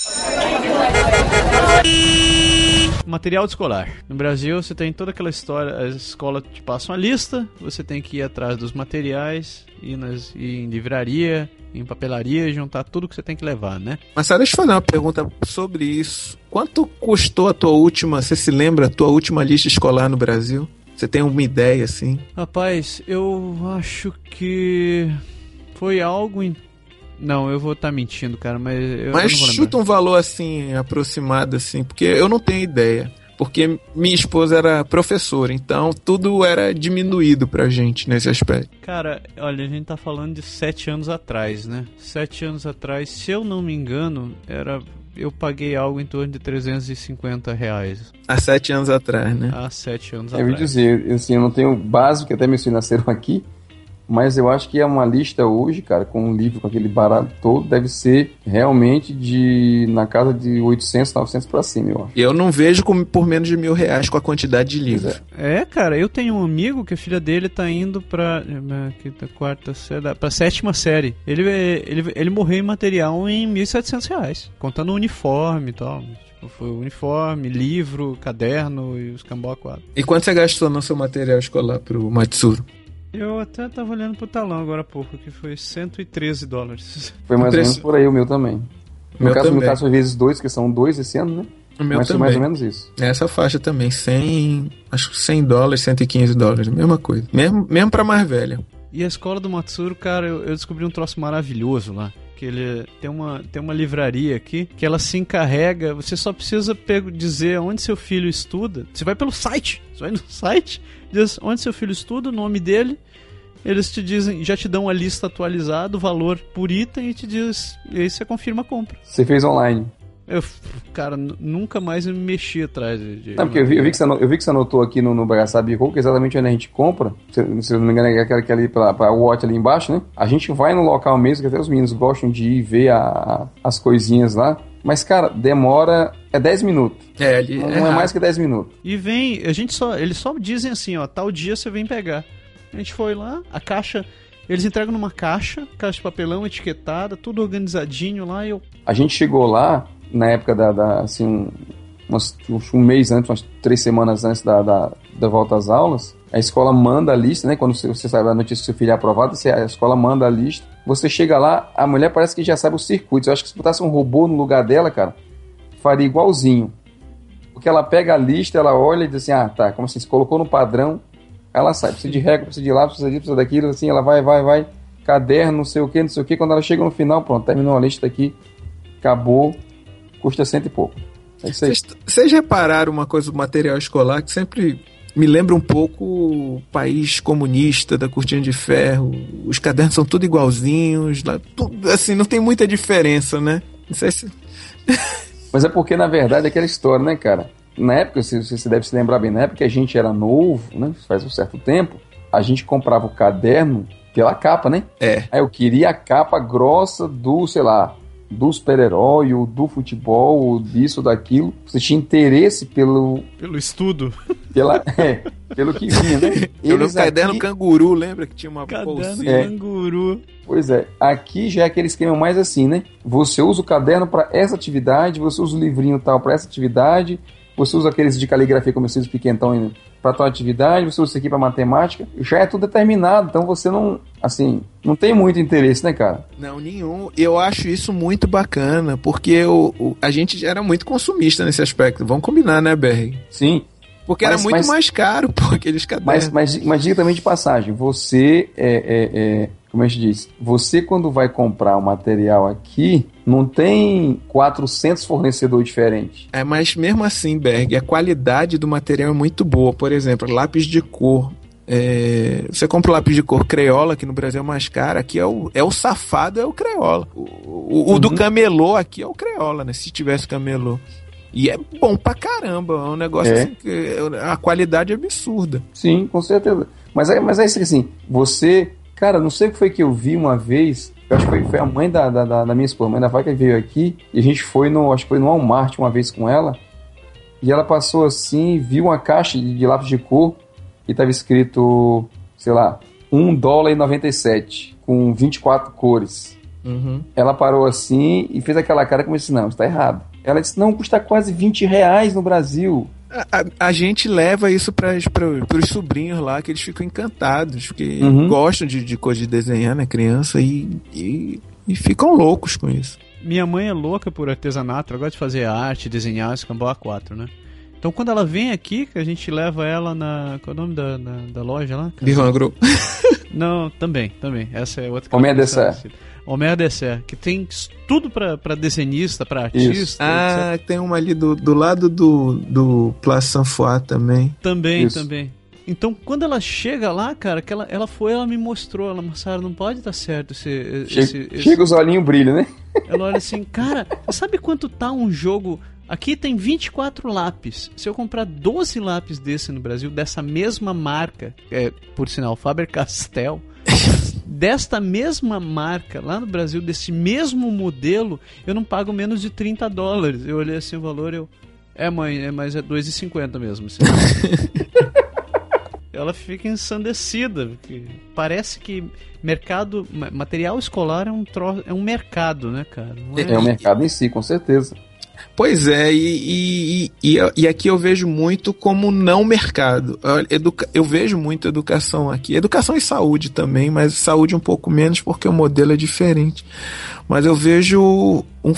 Material escolar. No Brasil você tem toda aquela história, a escola te passa uma lista, você tem que ir atrás dos materiais, ir, nas, ir em livraria, em papelaria, juntar tudo que você tem que levar, né? Mas deixa eu fazer uma pergunta sobre isso. Quanto custou a tua última, você se lembra, a tua última lista escolar no Brasil? Você tem uma ideia, assim? Rapaz, eu acho que foi algo em... Não, eu vou estar tá mentindo, cara, mas eu, mas eu não vou chuta lembrar. Um valor assim, aproximado assim, porque eu não tenho ideia. Porque minha esposa era professora, então tudo era diminuído pra gente nesse aspecto. Cara, olha, a gente tá falando de sete anos atrás, né? Sete anos atrás, se eu não me engano, era... eu paguei algo em torno de trezentos e cinquenta reais. Há sete anos atrás, né? Há sete anos eu atrás. Eu ia dizer, assim, eu não tenho básico, que até meus filhos nasceram aqui, mas eu acho que é uma lista hoje, cara, com um livro com aquele barato todo, deve ser realmente de na casa de oitocentos, novecentos pra cima, eu acho. Eu não vejo como por menos de mil reais com a quantidade de livros. É, cara, eu tenho um amigo que a filha dele tá indo pra quinta, quarta, série, pra sétima série. Ele, ele, ele morreu em material em mil e setecentos reais, contando o uniforme e tal. Tipo, foi o uniforme, livro, caderno e os cambó a quatro. E quanto você gastou no seu material escolar pro Matsuro? Eu até tava olhando pro talão agora há pouco, que foi cento e treze dólares. Foi mais ou menos por aí o meu também. No meu caso, também. no caso foi vezes dois, que são dois esse ano, né? O meu Mas também. foi mais ou menos isso. Essa faixa também, cem, acho que cem dólares, cento e quinze dólares, mesma coisa. Mesmo, mesmo pra mais velha. E a escola do Matsuro, cara, eu, eu descobri um troço maravilhoso lá. Que ele tem uma, tem uma livraria aqui que ela se encarrega. Você só precisa pego, dizer onde seu filho estuda. Você vai pelo site. Você vai no site, diz onde seu filho estuda, o nome dele. Eles te dizem, já te dão a lista atualizada, o valor por item e te diz. E aí você confirma a compra. Você fez online? Eu, cara, n- nunca mais eu me mexi atrás de. de não, porque eu vi, eu, vi que você anotou, eu vi que você anotou aqui no, no Bagaçabi Roll, que é exatamente onde a gente compra. Se, se eu não me engano, é aquela que é ali pra, pra Watch ali embaixo, né? A gente vai no local mesmo, que até os meninos gostam de ir ver a, a, as coisinhas lá. Mas, cara, demora. É dez minutos. É, ali. Não é, é, é mais que dez minutos. E vem. A gente só. Eles só dizem assim, ó, tal dia você vem pegar. A gente foi lá, a caixa. Eles entregam numa caixa, caixa de papelão, etiquetada, tudo organizadinho lá e eu. A gente chegou lá, na época da. da assim, um, umas, um mês antes, umas três semanas antes da, da, da volta às aulas. A escola manda a lista, né? Quando você, você sabe a notícia que seu filho é aprovado, a escola manda a lista. Você chega lá, a mulher parece que já sabe os circuitos. Eu acho que se botasse um robô no lugar dela, cara, faria igualzinho. Porque ela pega a lista, ela olha e diz assim, ah, tá, como assim, se colocou no padrão, ela sai, precisa de regra, precisa de lápis, precisa disso, precisa daquilo, assim, ela vai, vai, vai, caderno, não sei o que, não sei o que, quando ela chega no final, pronto, terminou a lista aqui, acabou, custa cento e pouco. É isso aí. Vocês repararam uma coisa do material escolar que sempre me lembra um pouco o país comunista da cortina de ferro, os cadernos são tudo igualzinhos, tudo, assim, não tem muita diferença, né? Não sei se... Mas é porque, na verdade, é aquela história, né, cara? Na época, você deve se lembrar bem, na época que a gente era novo, né, faz um certo tempo, a gente comprava o caderno pela capa, né? É. Aí eu queria a capa grossa do, sei lá, do super-herói, ou do futebol, ou disso, ou daquilo. Você tinha interesse pelo... Pelo estudo. Pela, é, pelo que vinha, né? Pelo caderno aqui... canguru, lembra que tinha uma caderno bolsinha? É. Canguru. Pois é, aqui já é aquele esquema mais assim, né? Você usa o caderno para essa atividade, você usa o livrinho tal para essa atividade, você usa aqueles de caligrafia como eu fiz piquentão para tal atividade, você usa isso aqui para matemática, já é tudo determinado, então você não, assim, não tem muito interesse, né, cara? Não, nenhum. Eu acho isso muito bacana, porque o, o, a gente era muito consumista nesse aspecto. Vamos combinar, né, Berg? Sim. Porque mas, era muito mas, mais caro, pô, aqueles cadernos. Mas, mas, mas diga também de passagem, você, é, é, é, como a gente diz, você quando vai comprar um material aqui, não tem quatrocentos fornecedores diferentes. É, mas mesmo assim, Berg, a qualidade do material é muito boa. Por exemplo, lápis de cor. É, você compra o lápis de cor Crayola, que no Brasil é mais caro, aqui é o, é o safado, é o Crayola. O, o, o uhum. do camelô aqui é o Crayola, né? Se tivesse camelô. E é bom pra caramba, é um negócio é. assim, que a qualidade é absurda. Sim, com certeza. Mas é, mas é isso assim, você, cara, não sei o que foi que eu vi uma vez, eu acho que foi, foi a mãe da, da, da minha esposa, a mãe da vaca veio aqui, e a gente foi no, acho que foi no Walmart uma vez com ela, e ela passou assim, viu uma caixa de, de lápis de cor, e tava escrito, sei lá, um dólar e noventa e sete, com vinte e quatro cores. Uhum. Ela parou assim e fez aquela cara como disse, não, isso tá errado. Ela disse, não, custa quase vinte reais no Brasil. A, a, a gente leva isso para os sobrinhos lá, que eles ficam encantados, porque uhum. gostam de, de coisa de desenhar, né, criança, e, e, e ficam loucos com isso. Minha mãe é louca por artesanato, ela gosta de fazer arte, desenhar, escambau A quatro, né? Então quando ela vem aqui, que a gente leva ela na... Qual é o nome da, na, da loja lá? Birrangro. Não, também, também. Essa é outra... Homem Dessert. Homem Dessert, que tem tudo pra, pra desenhista, pra artista. Isso. Ah, etcétera. Tem uma ali do, do lado do, do Place Saint-Foy também. Também, Isso. também. Então, quando ela chega lá, cara, que ela, ela foi, ela me mostrou, ela, Massara, não pode dar certo esse... Chega, esse, esse... chega os olhinhos brilham, né? Ela olha assim, cara, sabe quanto tá um jogo... Aqui tem vinte e quatro lápis. Se eu comprar doze lápis desse no Brasil, dessa mesma marca, é, por sinal, Faber-Castell, desta mesma marca, lá no Brasil, desse mesmo modelo, eu não pago menos de trinta dólares. Eu olhei assim o valor, eu... É, mãe, é, mas é dois reais e cinquenta mesmo. Assim. Ela fica ensandecida, porque parece que mercado, material escolar é um, tro, é um mercado, né, cara? Não é... é um mercado em si, com certeza. Pois é, e, e, e, e aqui eu vejo muito como não mercado. Educa- eu vejo muito educação aqui. Educação e saúde também, mas saúde um pouco menos porque o modelo é diferente. Mas eu vejo um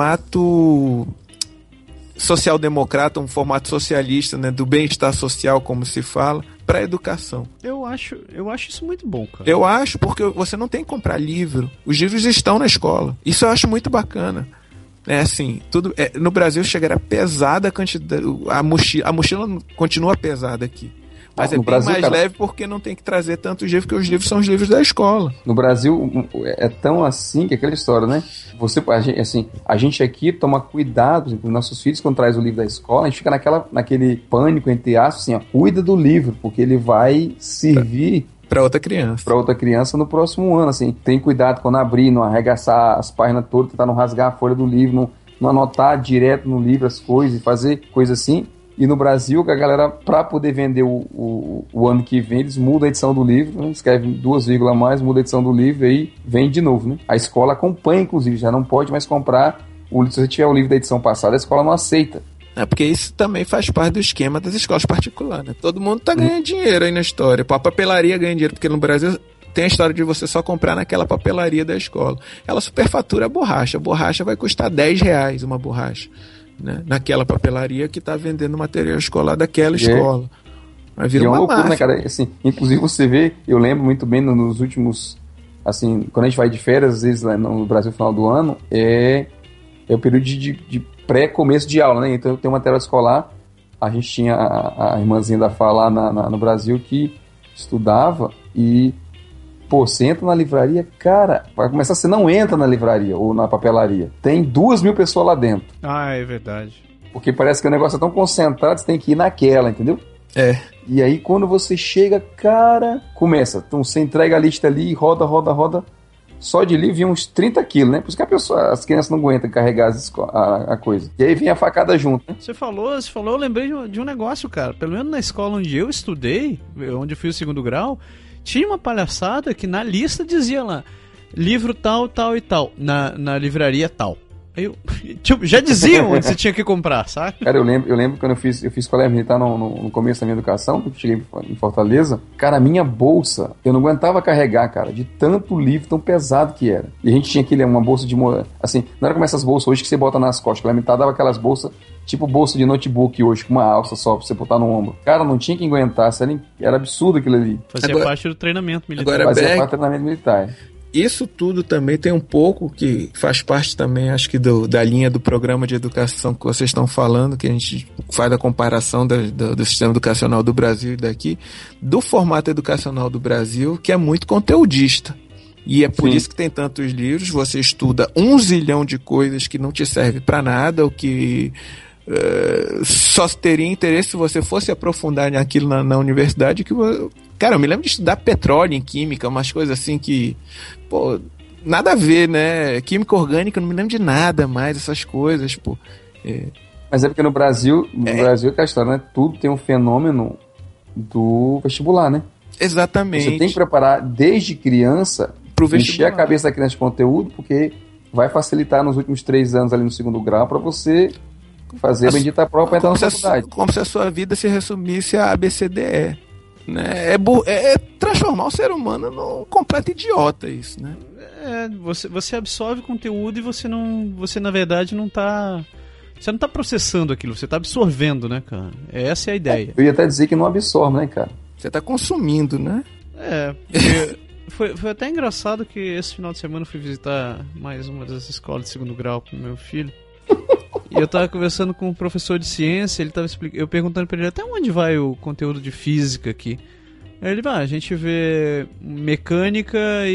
formato social-democrata, um formato socialista, né, do bem-estar social, como se fala, para a educação. Eu acho, eu acho isso muito bom, cara. Eu acho, porque você não tem que comprar livro. Os livros estão na escola. Isso eu acho muito bacana. É assim, tudo, é, no Brasil chegará pesada a quantidade, a mochila, a mochila continua pesada aqui. Mas ah, é bem Brasil, mais cara, leve porque não tem que trazer tantos livros, porque os livros são os livros da escola. No Brasil é tão assim que é aquela história, né? Você, a gente, assim, a gente aqui toma cuidado com nossos filhos quando traz o livro da escola, a gente fica naquela, naquele pânico, entre aspas, assim, ó, cuida do livro, porque ele vai servir... Para outra criança. Para outra criança no próximo ano, assim. Tem cuidado quando abrir, não arregaçar as páginas todas, tentar não rasgar a folha do livro, não, não anotar direto no livro as coisas, fazer coisa assim. E no Brasil, a galera, para poder vender o, o, o ano que vem, eles mudam a edição do livro, né? Escrevem duas vírgulas a mais, muda a edição do livro e aí vem de novo, né? A escola acompanha, inclusive, já não pode mais comprar o livro. Se você tiver o livro da edição passada, a escola não aceita. É porque isso também faz parte do esquema das escolas particulares, né? Todo mundo tá ganhando hum. dinheiro aí na história. A papelaria ganha dinheiro, porque no Brasil tem a história de você só comprar naquela papelaria da escola. Ela superfatura a borracha. A borracha vai custar dez reais uma borracha, né? Naquela papelaria que tá vendendo material escolar daquela é. escola. Vai virar uma, uma loucura, máfia. Né, cara? Assim, inclusive você vê, eu lembro muito bem nos últimos, assim, quando a gente vai de férias, às vezes no Brasil no final do ano, é, é o período de, de, de pré-começo de aula, né? Então tem uma material escolar, a gente tinha a, a irmãzinha da Fá lá na, na, no Brasil que estudava e, pô, você entra na livraria, cara, vai começar, você não entra na livraria ou na papelaria, tem duas mil pessoas lá dentro. Ah, é verdade. Porque parece que o negócio é tão concentrado, você tem que ir naquela, entendeu? É. E aí quando você chega, cara, começa, então você entrega a lista ali, roda, roda, roda, só de livro vinha uns trinta quilos, né? Por isso que a pessoa, as crianças não aguentam carregar as, a, a coisa. E aí vinha a facada junto, né? Você falou, você falou, eu lembrei de um, de um negócio, cara. Pelo menos na escola onde eu estudei, onde eu fiz o segundo grau, tinha uma palhaçada que na lista dizia lá, livro tal, tal e tal, na, na livraria tal. Eu, tipo, já diziam onde você tinha que comprar, sabe? Cara, eu lembro, eu lembro quando eu fiz, eu fiz colégio militar no, no, no começo da minha educação, quando eu cheguei em Fortaleza, cara, a minha bolsa, eu não aguentava carregar, cara, de tanto livro tão pesado que era. E a gente tinha aquele, uma bolsa de, assim, não era como essas bolsas hoje que você bota nas costas, colégio militar dava aquelas bolsas, tipo bolsa de notebook hoje, com uma alça só pra você botar no ombro. Cara, não tinha que aguentar, era, era absurdo aquilo ali. Fazia agora, parte do treinamento militar. Agora, Fazia Beck, parte do treinamento militar. Isso tudo também tem um pouco que faz parte também, acho que do, da linha do programa de educação que vocês estão falando, que a gente faz a comparação da, do, do sistema educacional do Brasil e daqui, do formato educacional do Brasil, que é muito conteudista. E é por Sim. isso que tem tantos livros, você estuda um zilhão de coisas que não te serve para nada, o que uh, só teria interesse se você fosse aprofundar naquilo na, na universidade, que cara, eu me lembro de estudar petróleo em química, umas coisas assim que, pô, nada a ver, né? Química orgânica, não me lembro de nada mais, essas coisas, pô. É. Mas é porque no Brasil, no é. Brasil é que a história, né? Tudo tem um fenômeno do vestibular, né? Exatamente. Você tem que preparar desde criança, pro encher a cabeça da criança de conteúdo, porque vai facilitar nos últimos três anos ali no segundo grau para você fazer a bendita prova para entrar na faculdade. Como se a sua vida se resumisse a A B C D E. Né? É, bu- é transformar o ser humano num completo idiota, isso, né? É, você, você absorve conteúdo e você não. Você na verdade não tá. Você não tá processando aquilo, você tá absorvendo, né, cara? Essa é a ideia. Eu ia até dizer que não absorve, né, cara? Você tá consumindo, né? É, foi, foi até engraçado que esse final de semana eu fui visitar mais uma das escolas de segundo grau com meu filho. E eu tava conversando com um professor de ciência, ele tava explicando, eu perguntando pra ele até onde vai o conteúdo de física aqui. Aí ele, ah, a gente vê mecânica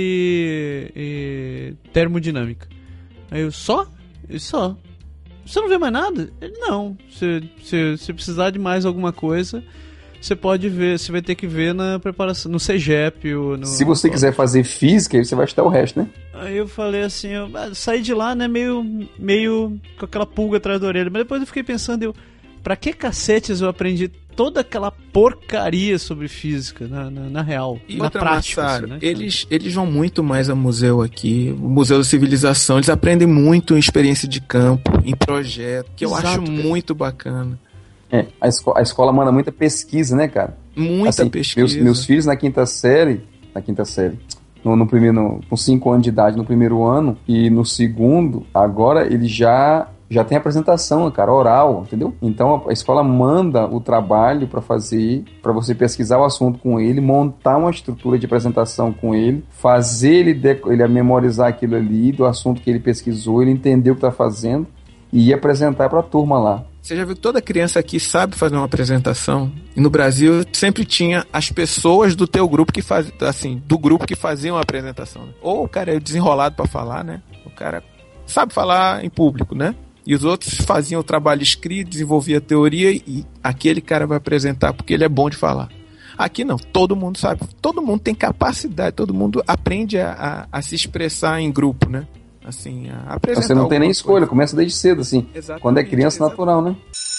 e, e termodinâmica. Aí eu, só? Eu, só. Você não vê mais nada? Ele, não. Se, se, se precisar de mais alguma coisa, você pode ver, você vai ter que ver na preparação, no CEGEP ou no... Se você quiser fazer física, aí você vai estudar o resto, né? Aí eu falei assim, eu ah, saí de lá, né, meio, meio com aquela pulga atrás da orelha. Mas depois eu fiquei pensando, eu, pra que cacetes eu aprendi toda aquela porcaria sobre física, na, na, na real, e na outra, prática? Massaro, assim, né? eles, eles vão muito mais a museu aqui, o Museu da Civilização, eles aprendem muito em experiência de campo, em projeto, que Exato, eu acho cara. muito bacana. É, a, esco- a escola manda muita pesquisa, né, cara? Muita Assim, pesquisa. Meus, meus filhos na quinta série, na quinta série, no, no primeiro, no, com cinco anos de idade no primeiro ano, e no segundo, agora eles já, já tem apresentação, cara, oral, entendeu? Então a, a escola manda o trabalho para fazer, para você pesquisar o assunto com ele, montar uma estrutura de apresentação com ele, fazer ele, de, ele memorizar aquilo ali, do assunto que ele pesquisou, ele entender o que tá fazendo, e ir apresentar para a turma lá. Você já viu que toda criança aqui sabe fazer uma apresentação? E no Brasil sempre tinha as pessoas do teu grupo que faziam, assim, do grupo que faziam a apresentação. Né? Ou o cara é desenrolado pra falar, né? O cara sabe falar em público, né? E os outros faziam o trabalho escrito, desenvolvia a teoria e aquele cara vai apresentar porque ele é bom de falar. Aqui não, todo mundo sabe, todo mundo tem capacidade, todo mundo aprende a, a, a se expressar em grupo, né? Assim, a apresentar. Você não tem nem escolha, coisa. Começa desde cedo, assim. Exatamente, quando é criança, exatamente. Natural, né?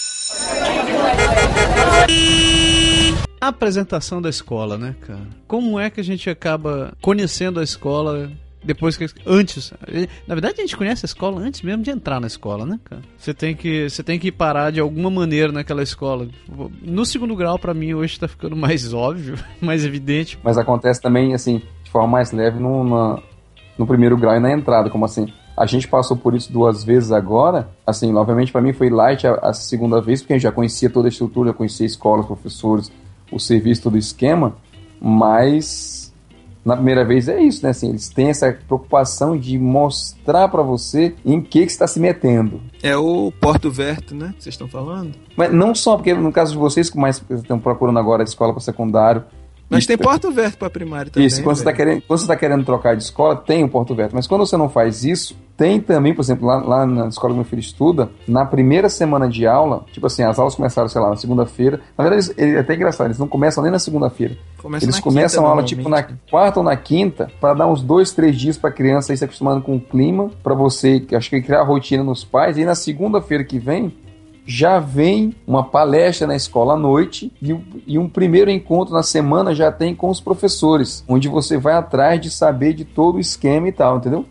A apresentação da escola, né, cara? Como é que a gente acaba conhecendo a escola depois que... Antes. Na verdade, a gente conhece a escola antes mesmo de entrar na escola, né, cara? Você tem que, você tem que parar de alguma maneira naquela escola. No segundo grau, pra mim, hoje tá ficando mais óbvio, mais evidente. Mas acontece também, assim, de forma mais leve numa... no primeiro grau e na entrada, como assim, a gente passou por isso duas vezes agora, assim, obviamente para mim foi light a, a segunda vez, porque a gente já conhecia toda a estrutura, já conhecia a escola, os professores, o serviço, todo o esquema, mas na primeira vez é isso, né, assim, eles têm essa preocupação de mostrar para você em que que você está se metendo. É o Porto Verto, né, que vocês estão falando? Mas não só, porque no caso de vocês, que mais estão procurando agora a escola para secundário, mas tem Porto Verto para primário também. Isso, quando você, tá querendo, quando você tá querendo trocar de escola, tem o Porto Verto. Mas quando você não faz isso, tem também, por exemplo, lá, lá na escola que meu filho estuda, na primeira semana de aula, tipo assim, as aulas começaram, sei lá, na segunda-feira. Na verdade, é até engraçado, eles não começam nem na segunda-feira. Começa eles começam quinta, a aula, tipo, na quarta ou na quinta, para dar uns dois, três dias pra criança ir se acostumando com o clima, pra você, acho que criar rotina nos pais, e aí na segunda-feira que vem, já vem uma palestra na escola à noite e, e um primeiro encontro na semana já tem com os professores, onde você vai atrás de saber de todo o esquema e tal, entendeu?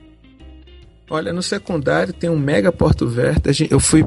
Olha, no secundário tem um mega Porto Verde. Eu fui,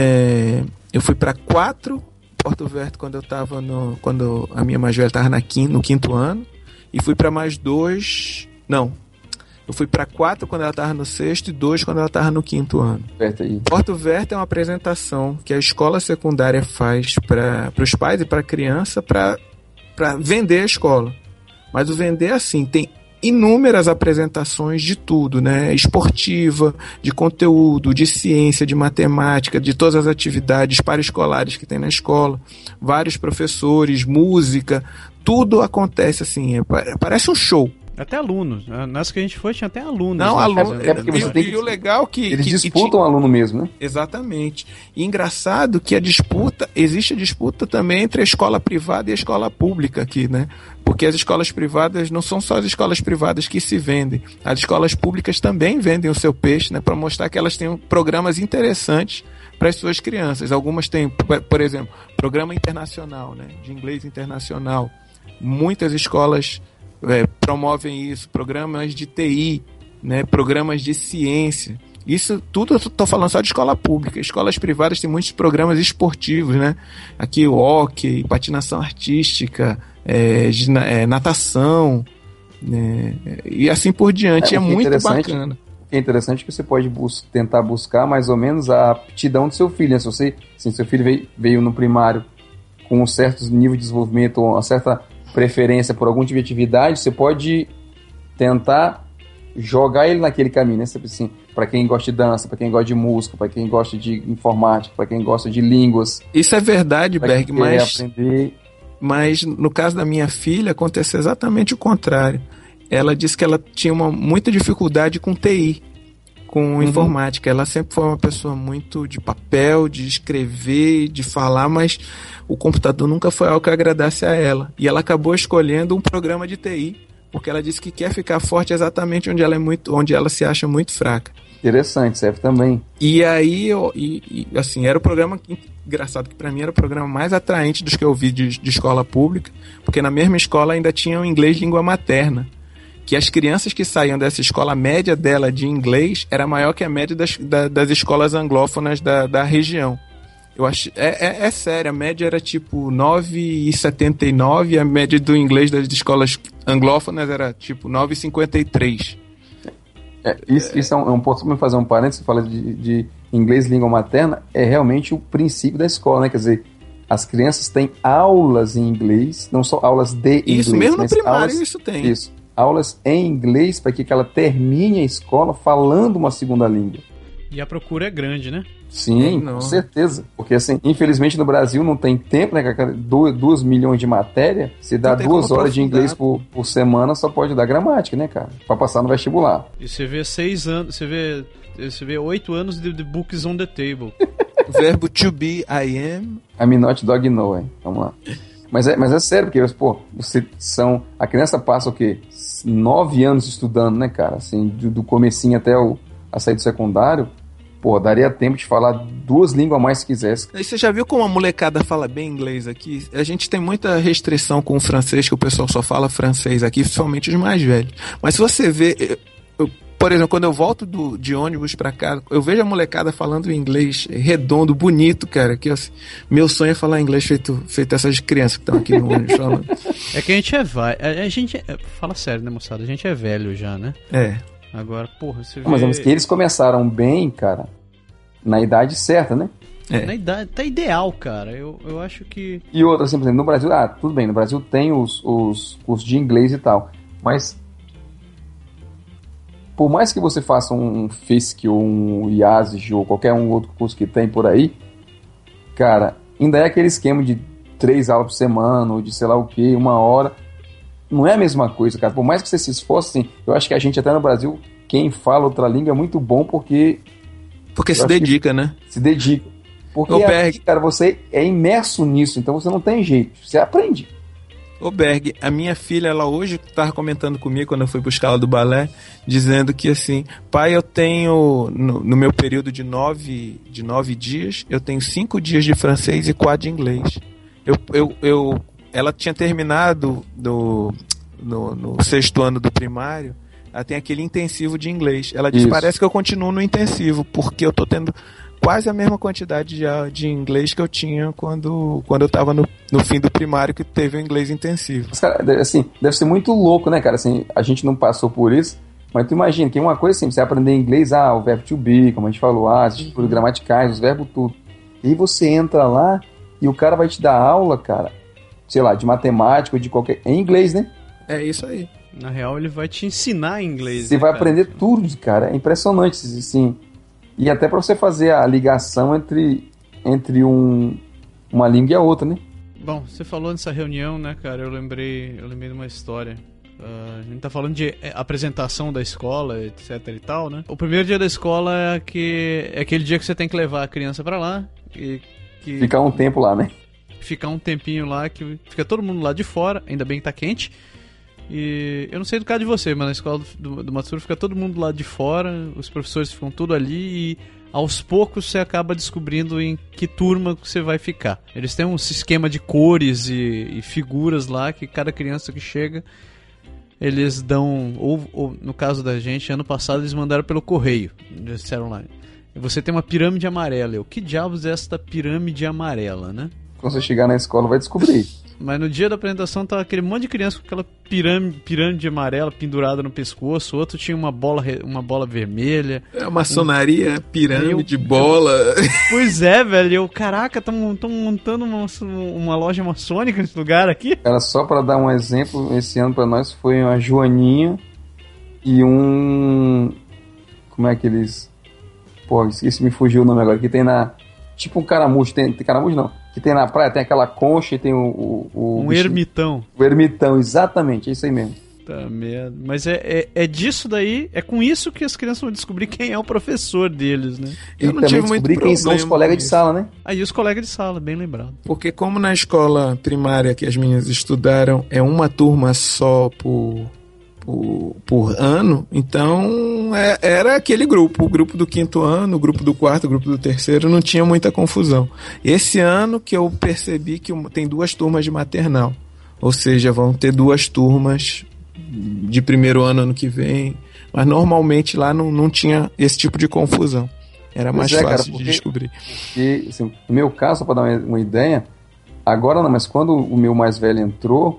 é, eu fui para quatro Porto Verde quando eu tava no, quando a minha mais velha estava no quinto ano, e fui para mais dois, não, eu fui para quatro quando ela estava no sexto e dois quando ela estava no quinto ano. Aí. Porto Verde é uma apresentação que a escola secundária faz para os pais e para a criança para vender a escola. Mas o vender assim, tem inúmeras apresentações de tudo, né? Esportiva, de conteúdo, de ciência, de matemática, de todas as atividades paraescolares que tem na escola, vários professores, música, tudo acontece assim, é, parece um show. Até alunos, nessa que a gente foi tinha até alunos. Não, aluno, é porque você e, tem que, e o legal que... Eles que, disputam o aluno mesmo, né? Exatamente. E engraçado que a disputa, existe a disputa também entre a escola privada e a escola pública aqui, né? Porque as escolas privadas não são só as escolas privadas que se vendem. As escolas públicas também vendem o seu peixe, né? Para mostrar que elas têm programas interessantes para as suas crianças. Algumas têm, por exemplo, programa internacional, né? De inglês internacional. Muitas escolas É, promovem isso, programas de T I, né, programas de ciência. Isso tudo eu estou falando só de escola pública. Escolas privadas têm muitos programas esportivos, né? Aqui o hockey, patinação artística, é, de, é, natação, né, e assim por diante. É, é muito bacana. O que é interessante é que você pode bus- tentar buscar mais ou menos a aptidão do seu filho, né? Se você, se seu filho veio, veio no primário com um certo nível de desenvolvimento, uma certa preferência por algum tipo de atividade, você pode tentar jogar ele naquele caminho, né? Assim, para quem gosta de dança, para quem gosta de música, para quem gosta de informática, para quem gosta de línguas. Isso é verdade, Berg, mas, aprender... mas no caso da minha filha aconteceu exatamente o contrário. Ela disse que ela tinha uma, muita dificuldade com T I, com uhum. informática. Ela sempre foi uma pessoa muito de papel, de escrever, de falar, mas o computador nunca foi algo que agradasse a ela. E ela acabou escolhendo um programa de T I, porque ela disse que quer ficar forte exatamente onde ela, é muito, onde ela se acha muito fraca. Interessante, serve também. E aí, eu, e, e, assim, era o programa, engraçado que para mim era o programa mais atraente dos que eu vi de, de escola pública, porque na mesma escola ainda tinha o inglês língua materna, que as crianças que saíam dessa escola, a média dela de inglês era maior que a média das, da, das escolas anglófonas da, da região. Eu acho, é, é, é sério, a média era tipo nove vírgula setenta e nove, a média do inglês das escolas anglófonas era tipo nove vírgula cinquenta e três. É, isso, isso é um, é um ponto, para fazer um parênteses, você fala de, de inglês língua materna, é realmente o princípio da escola, né? Quer dizer, as crianças têm aulas em inglês, não só aulas de inglês. Isso, mesmo no primário aulas, isso tem. Isso, aulas em inglês para que ela termine a escola falando uma segunda língua. E a procura é grande, né? Sim, com certeza. Porque, assim, infelizmente no Brasil não tem tempo, né? Duas milhões de matéria, se dá duas horas de inglês por, por semana, só pode dar gramática, né, cara? Pra passar no vestibular. E você vê seis anos, você vê, você vê oito anos de, de books on the table. Verbo to be, I am. I'm not dog no, hein? Vamos lá. Mas é, mas é sério, porque, pô, você são... A criança passa o quê? Nove anos estudando, né, cara? Assim, do, do comecinho até o, a sair do secundário. Pô, daria tempo de falar duas línguas a mais se quisesse. E você já viu como a molecada fala bem inglês aqui? A gente tem muita restrição com o francês, que o pessoal só fala francês aqui, principalmente os mais velhos. Mas se você vê... Eu, eu, por exemplo, quando eu volto do, de ônibus pra cá, eu vejo a molecada falando inglês redondo, bonito, cara. Que, assim, meu sonho é falar inglês feito, feito essas crianças que estão aqui no ônibus falando. É que a gente é... vai, a gente é, fala sério, né, moçada? A gente é velho já, né? É. Agora, porra, você vê... Mas, mas que eles começaram bem, cara, na idade certa, né? É. Na idade, tá ideal, cara. Eu, eu acho que... E outra, assim, por exemplo, no Brasil, ah, tudo bem, no Brasil tem os, os cursos de inglês e tal, mas por mais que você faça um F I S C ou um I A S G ou qualquer um outro curso que tem por aí, cara, ainda é aquele esquema de três aulas por semana, ou de sei lá o que, uma hora... Não é a mesma coisa, cara. Por mais que você se esforce, assim, eu acho que a gente até no Brasil quem fala outra língua é muito bom porque... Porque se dedica, né? Se dedica. Porque, Ô, aqui, Berg, cara, você é imerso nisso, então você não tem jeito. Você aprende. Ô Berg, a minha filha, ela hoje estava comentando comigo quando eu fui buscar ela do balé, dizendo que assim, pai, eu tenho, no, no meu período de nove, de nove dias, eu tenho cinco dias de francês e quatro de inglês. Eu, eu, eu, ela tinha terminado do, no, no sexto ano do primário, ela tem aquele intensivo de inglês. Ela disse, Isso. parece que eu continuo no intensivo, porque eu tô tendo quase a mesma quantidade de, de inglês que eu tinha quando, quando eu tava no, no fim do primário, que teve o inglês intensivo. Mas, cara, assim, deve ser muito louco, né, cara? Assim, a gente não passou por isso, mas tu imagina que uma coisa assim, você aprender inglês, ah, o verbo to be, como a gente falou, ah, as estruturas gramaticais, os verbos tudo. E aí você entra lá e o cara vai te dar aula, cara, sei lá, de matemática ou de qualquer... em inglês, né? É isso aí. Na real, ele vai te ensinar inglês. Você né, vai cara? aprender tudo, cara. É impressionante, assim. E até para você fazer a ligação entre, entre um, uma língua e a outra, né? Bom, você falou nessa reunião, né, cara? Eu lembrei, eu lembrei de uma história. Uh, a gente tá falando de é, apresentação da escola, etc e tal, né? O primeiro dia da escola é, que, é aquele dia que você tem que levar a criança pra lá e que Ficar um tempo lá, né? Ficar um tempinho lá, que fica todo mundo lá de fora, ainda bem que tá quente. E eu não sei do caso de você, mas na escola do, do Matsuri fica todo mundo lá de fora, os professores ficam tudo ali e aos poucos você acaba descobrindo em que turma você vai ficar. Eles têm um esquema de cores e, e figuras lá que cada criança que chega, eles dão, ou, ou no caso da gente, ano passado eles mandaram pelo correio, eles disseram lá, você tem uma pirâmide amarela. Eu, que diabos é esta pirâmide amarela, né? Quando você chegar na escola vai descobrir. Mas no dia da apresentação tava aquele monte de criança com aquela pirâmide, pirâmide amarela pendurada no pescoço, outro tinha uma bola, uma bola vermelha. É maçonaria, pirâmide, eu, bola. Eu, pois é, velho. Eu, caraca, estão montando uma, uma loja maçônica nesse lugar aqui. Era só para dar um exemplo, esse ano para nós foi uma joaninha e um... Como é que eles... Pô, esqueci, me fugiu o nome agora. Que tem na... Tipo um caramujo. Tem, tem caramujo não. Que tem na praia, tem aquela concha e tem o... o, o um bichinho. ermitão. O ermitão, exatamente. É isso aí mesmo. Tá merda. Mas é, é, é disso daí, é com isso que as crianças vão descobrir quem é o professor deles, né? Eu e não também descobrir quem são os colegas de sala, né? Aí os colegas de sala, bem lembrado. Porque como na escola primária que as meninas estudaram é uma turma só por... Por, por ano, então é, era aquele grupo, o grupo do quinto ano, o grupo do quarto, o grupo do terceiro, não tinha muita confusão. Esse ano que eu percebi que tem duas turmas de maternal, ou seja, vão ter duas turmas de primeiro ano ano que vem, mas normalmente lá não, não tinha esse tipo de confusão, era mais é, fácil cara, porque, de descobrir. Porque, assim, no meu caso, só para dar uma, uma ideia, agora não, mas quando o meu mais velho entrou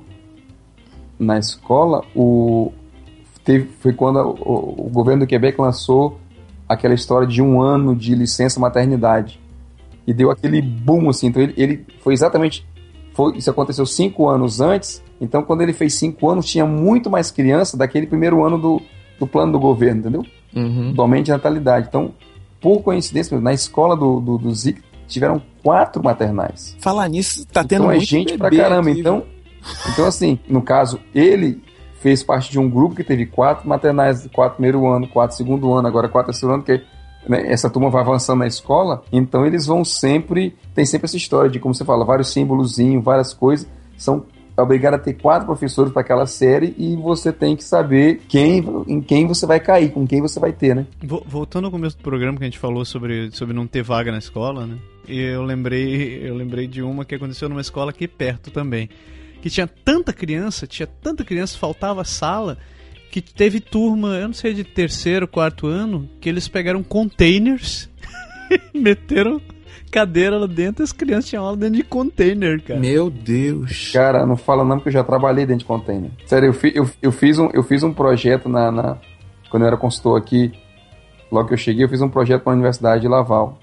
na escola, o, teve, foi quando a, o, o governo do Quebec lançou aquela história de um ano de licença maternidade e deu aquele boom assim, então ele, ele foi exatamente foi, isso aconteceu cinco anos antes, então quando ele fez cinco anos tinha muito mais criança daquele primeiro ano do, do plano do governo, entendeu? Uhum. Do aumento de natalidade, então por coincidência, na escola do, do, do Zic tiveram quatro maternais. Falar nisso, tá tendo então, muito é gente pra bebê caramba, aqui, então Então, assim, no caso, ele fez parte de um grupo que teve quatro maternais, quatro primeiro ano, quatro segundo ano, agora quatro terceiro ano, que né, essa turma vai avançando na escola, então eles vão sempre, tem sempre essa história de, como você fala, vários símbolozinhos, várias coisas, são obrigados a ter quatro professores para aquela série e você tem que saber quem, em quem você vai cair, com quem você vai ter, né? Voltando ao começo do programa que a gente falou sobre, sobre não ter vaga na escola, né? E eu lembrei, eu lembrei de uma que aconteceu numa escola aqui perto também. Que tinha tanta criança, tinha tanta criança, faltava sala, que teve turma, eu não sei, de terceiro, quarto ano, que eles pegaram containers e meteram cadeira lá dentro e as crianças tinham aula dentro de container, cara. Meu Deus. Cara, não fala não, porque eu já trabalhei dentro de container. Sério, eu, fi, eu, eu, fiz, um, eu fiz um projeto na, na, quando eu era consultor aqui, logo que eu cheguei, eu fiz um projeto para a Universidade de Laval.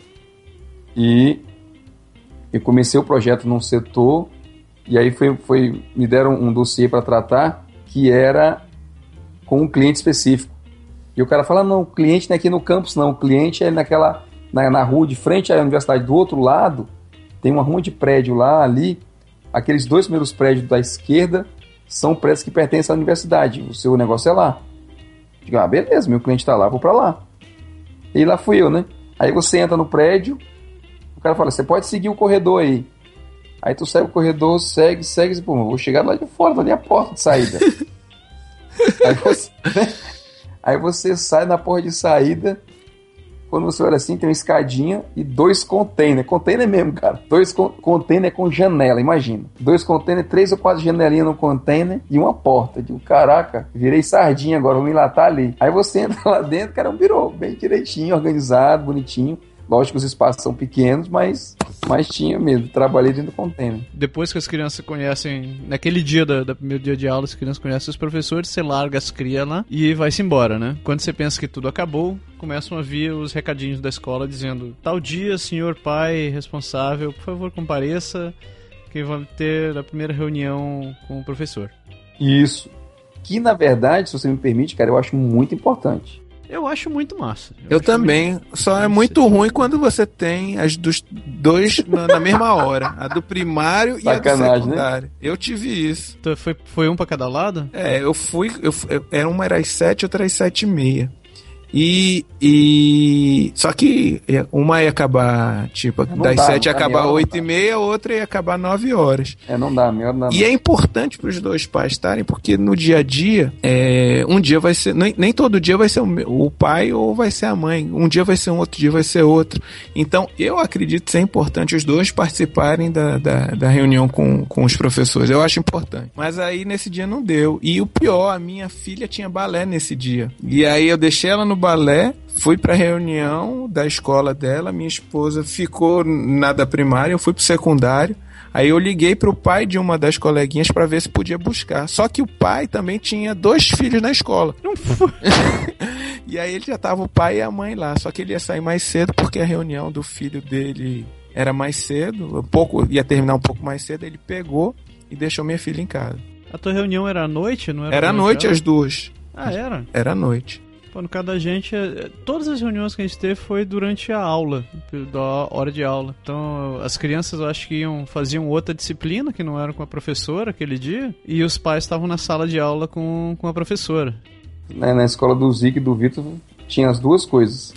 E eu comecei o projeto num setor. E aí foi, foi, me deram um dossiê para tratar que era com um cliente específico. E o cara fala, não, o cliente não é aqui no campus, não. O cliente é naquela, na, na rua de frente à universidade. Do outro lado, tem uma rua de prédio lá, ali. Aqueles dois primeiros prédios da esquerda são prédios que pertencem à universidade. O seu negócio é lá. Digo, ah, beleza, meu cliente tá lá, vou pra lá. E lá fui eu, né? Aí você entra no prédio, o cara fala, você pode seguir o corredor aí. Aí tu segue o corredor, segue, segue, e pô, vou chegar lá de fora, tá ali a porta de saída. aí, você, aí você sai na porta de saída, quando você olha assim, tem uma escadinha e dois containers. Container mesmo, cara. Dois con- containers com janela, imagina. Dois containers, três ou quatro janelinhas no container e uma porta. Digo, caraca, virei sardinha agora, vou me enlatar ali. Aí você entra lá dentro, cara, virou bem direitinho, organizado, bonitinho. Lógico que os espaços são pequenos, mas, mas tinha mesmo. Trabalhei dentro do container. Depois que as crianças conhecem, naquele dia da, da primeiro dia de aula, as crianças conhecem os professores, você larga as crias lá e vai-se embora, né? Quando você pensa que tudo acabou, começam a vir os recadinhos da escola dizendo: tal dia, senhor pai responsável, por favor compareça, que vamos ter a primeira reunião com o professor. Isso. Que, na verdade, se você me permite, cara, eu acho muito importante. Eu acho muito massa. Eu, eu também. Muito... Só é muito ruim quando você tem as dos dois na, na mesma hora. A do primário Sacanagem, e a do secundário. Né? Eu tive isso. Então, foi, foi um pra cada lado? É, eu fui... Eu, eu, era uma era às sete, outra às sete e meia. E, e... Só que uma ia acabar, tipo, não das dá, sete ia acabar oito e meia, outra ia acabar nove horas. É, não dá, melhor não dá. E é importante para os dois pais estarem, porque no dia a dia, é, um dia vai ser... Nem, nem todo dia vai ser o, o pai ou vai ser a mãe. Um dia vai ser um, outro dia vai ser outro. Então, eu acredito ser importante os dois participarem da, da, da reunião com, com os professores. Eu acho importante. Mas aí, nesse dia, não deu. E o pior, a minha filha tinha balé nesse dia. E aí, eu deixei ela no balé, fui pra reunião da escola dela, minha esposa ficou na da primária, eu fui pro secundário, aí eu liguei pro pai de uma das coleguinhas pra ver se podia buscar, só que o pai também tinha dois filhos na escola. E aí ele já tava o pai e a mãe lá, só que ele ia sair mais cedo porque a reunião do filho dele era mais cedo, um pouco, ia terminar um pouco mais cedo, ele pegou e deixou minha filha em casa. A tua reunião era à noite, não era? Era à noite as duas. Ah, era? Era à noite. Pô, no caso da gente, todas as reuniões que a gente teve foi durante a aula, da hora de aula. Então, as crianças, eu acho que iam, faziam outra disciplina, que não era com a professora aquele dia, e os pais estavam na sala de aula com, com a professora. Na, na escola do Zico e do Vitor, tinha as duas coisas.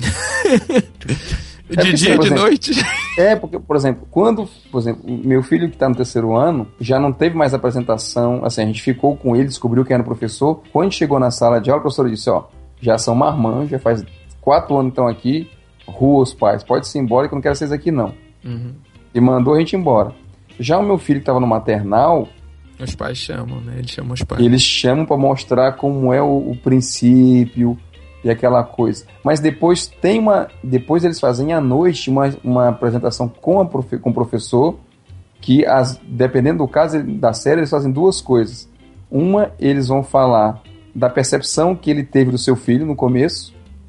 É de dia e de noite? É, porque, por exemplo, quando, por exemplo, meu filho que está no terceiro ano, já não teve mais apresentação, assim, a gente ficou com ele, descobriu quem era o professor. Quando a gente chegou na sala de aula, a professora disse, ó, já são marmanjos, já faz quatro anos que estão aqui, rua os pais, pode ir embora que eu não quero vocês aqui não. Uhum. E mandou a gente embora. Já o meu filho que estava no maternal... Os pais chamam, né? Eles chamam os pais. Eles chamam para mostrar como é o, o princípio e aquela coisa. Mas depois tem uma... Depois eles fazem à noite uma, uma apresentação com, a profe, com o professor, que as, dependendo do caso da série, eles fazem duas coisas. Uma, eles vão falar da percepção que ele teve do seu filho no começo,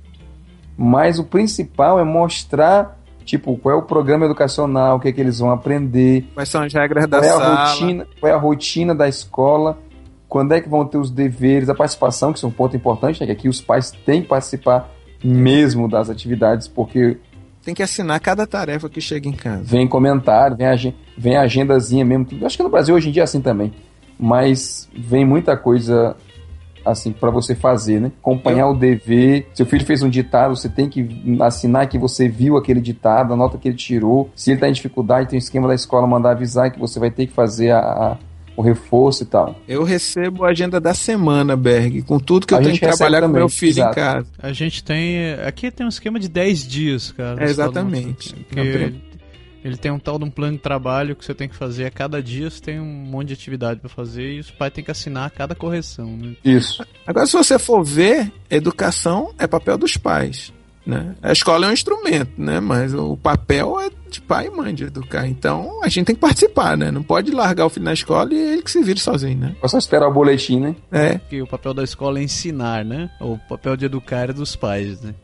mas o principal é mostrar, tipo, qual é o programa educacional, o que é que eles vão aprender, quais são as regras da qual é a sala, rotina, qual é a rotina da escola, quando é que vão ter os deveres, a participação, que isso é um ponto importante, né, que aqui os pais têm que participar mesmo das atividades, porque... Tem que assinar cada tarefa que chega em casa. Vem comentário, vem, ag- vem agendazinha mesmo, tudo. Acho que no Brasil hoje em dia é assim também, mas vem muita coisa... assim, para você fazer, né? Acompanhar eu... o dever. Seu filho fez um ditado, você tem que assinar que você viu aquele ditado, a nota que ele tirou. Se ele tá em dificuldade, tem um esquema da escola mandar avisar que você vai ter que fazer a, a, o reforço e tal. Eu recebo a agenda da semana, Berg, com tudo que eu a tenho que trabalhar também, com meu filho exato. Em casa. A gente tem... Aqui tem um esquema de dez dias, cara. É, exatamente. Que... Ele tem um tal de um plano de trabalho que você tem que fazer a cada dia, você tem um monte de atividade para fazer e os pais têm que assinar a cada correção, né? Isso. Agora, se você for ver, educação é papel dos pais, né? A escola é um instrumento, né? Mas o papel é de pai e mãe de educar. Então, a gente tem que participar, né? Não pode largar o filho na escola e ele que se vire sozinho, né? É só esperar o boletim, né? É. Que o papel da escola é ensinar, né? O papel de educar é dos pais, né?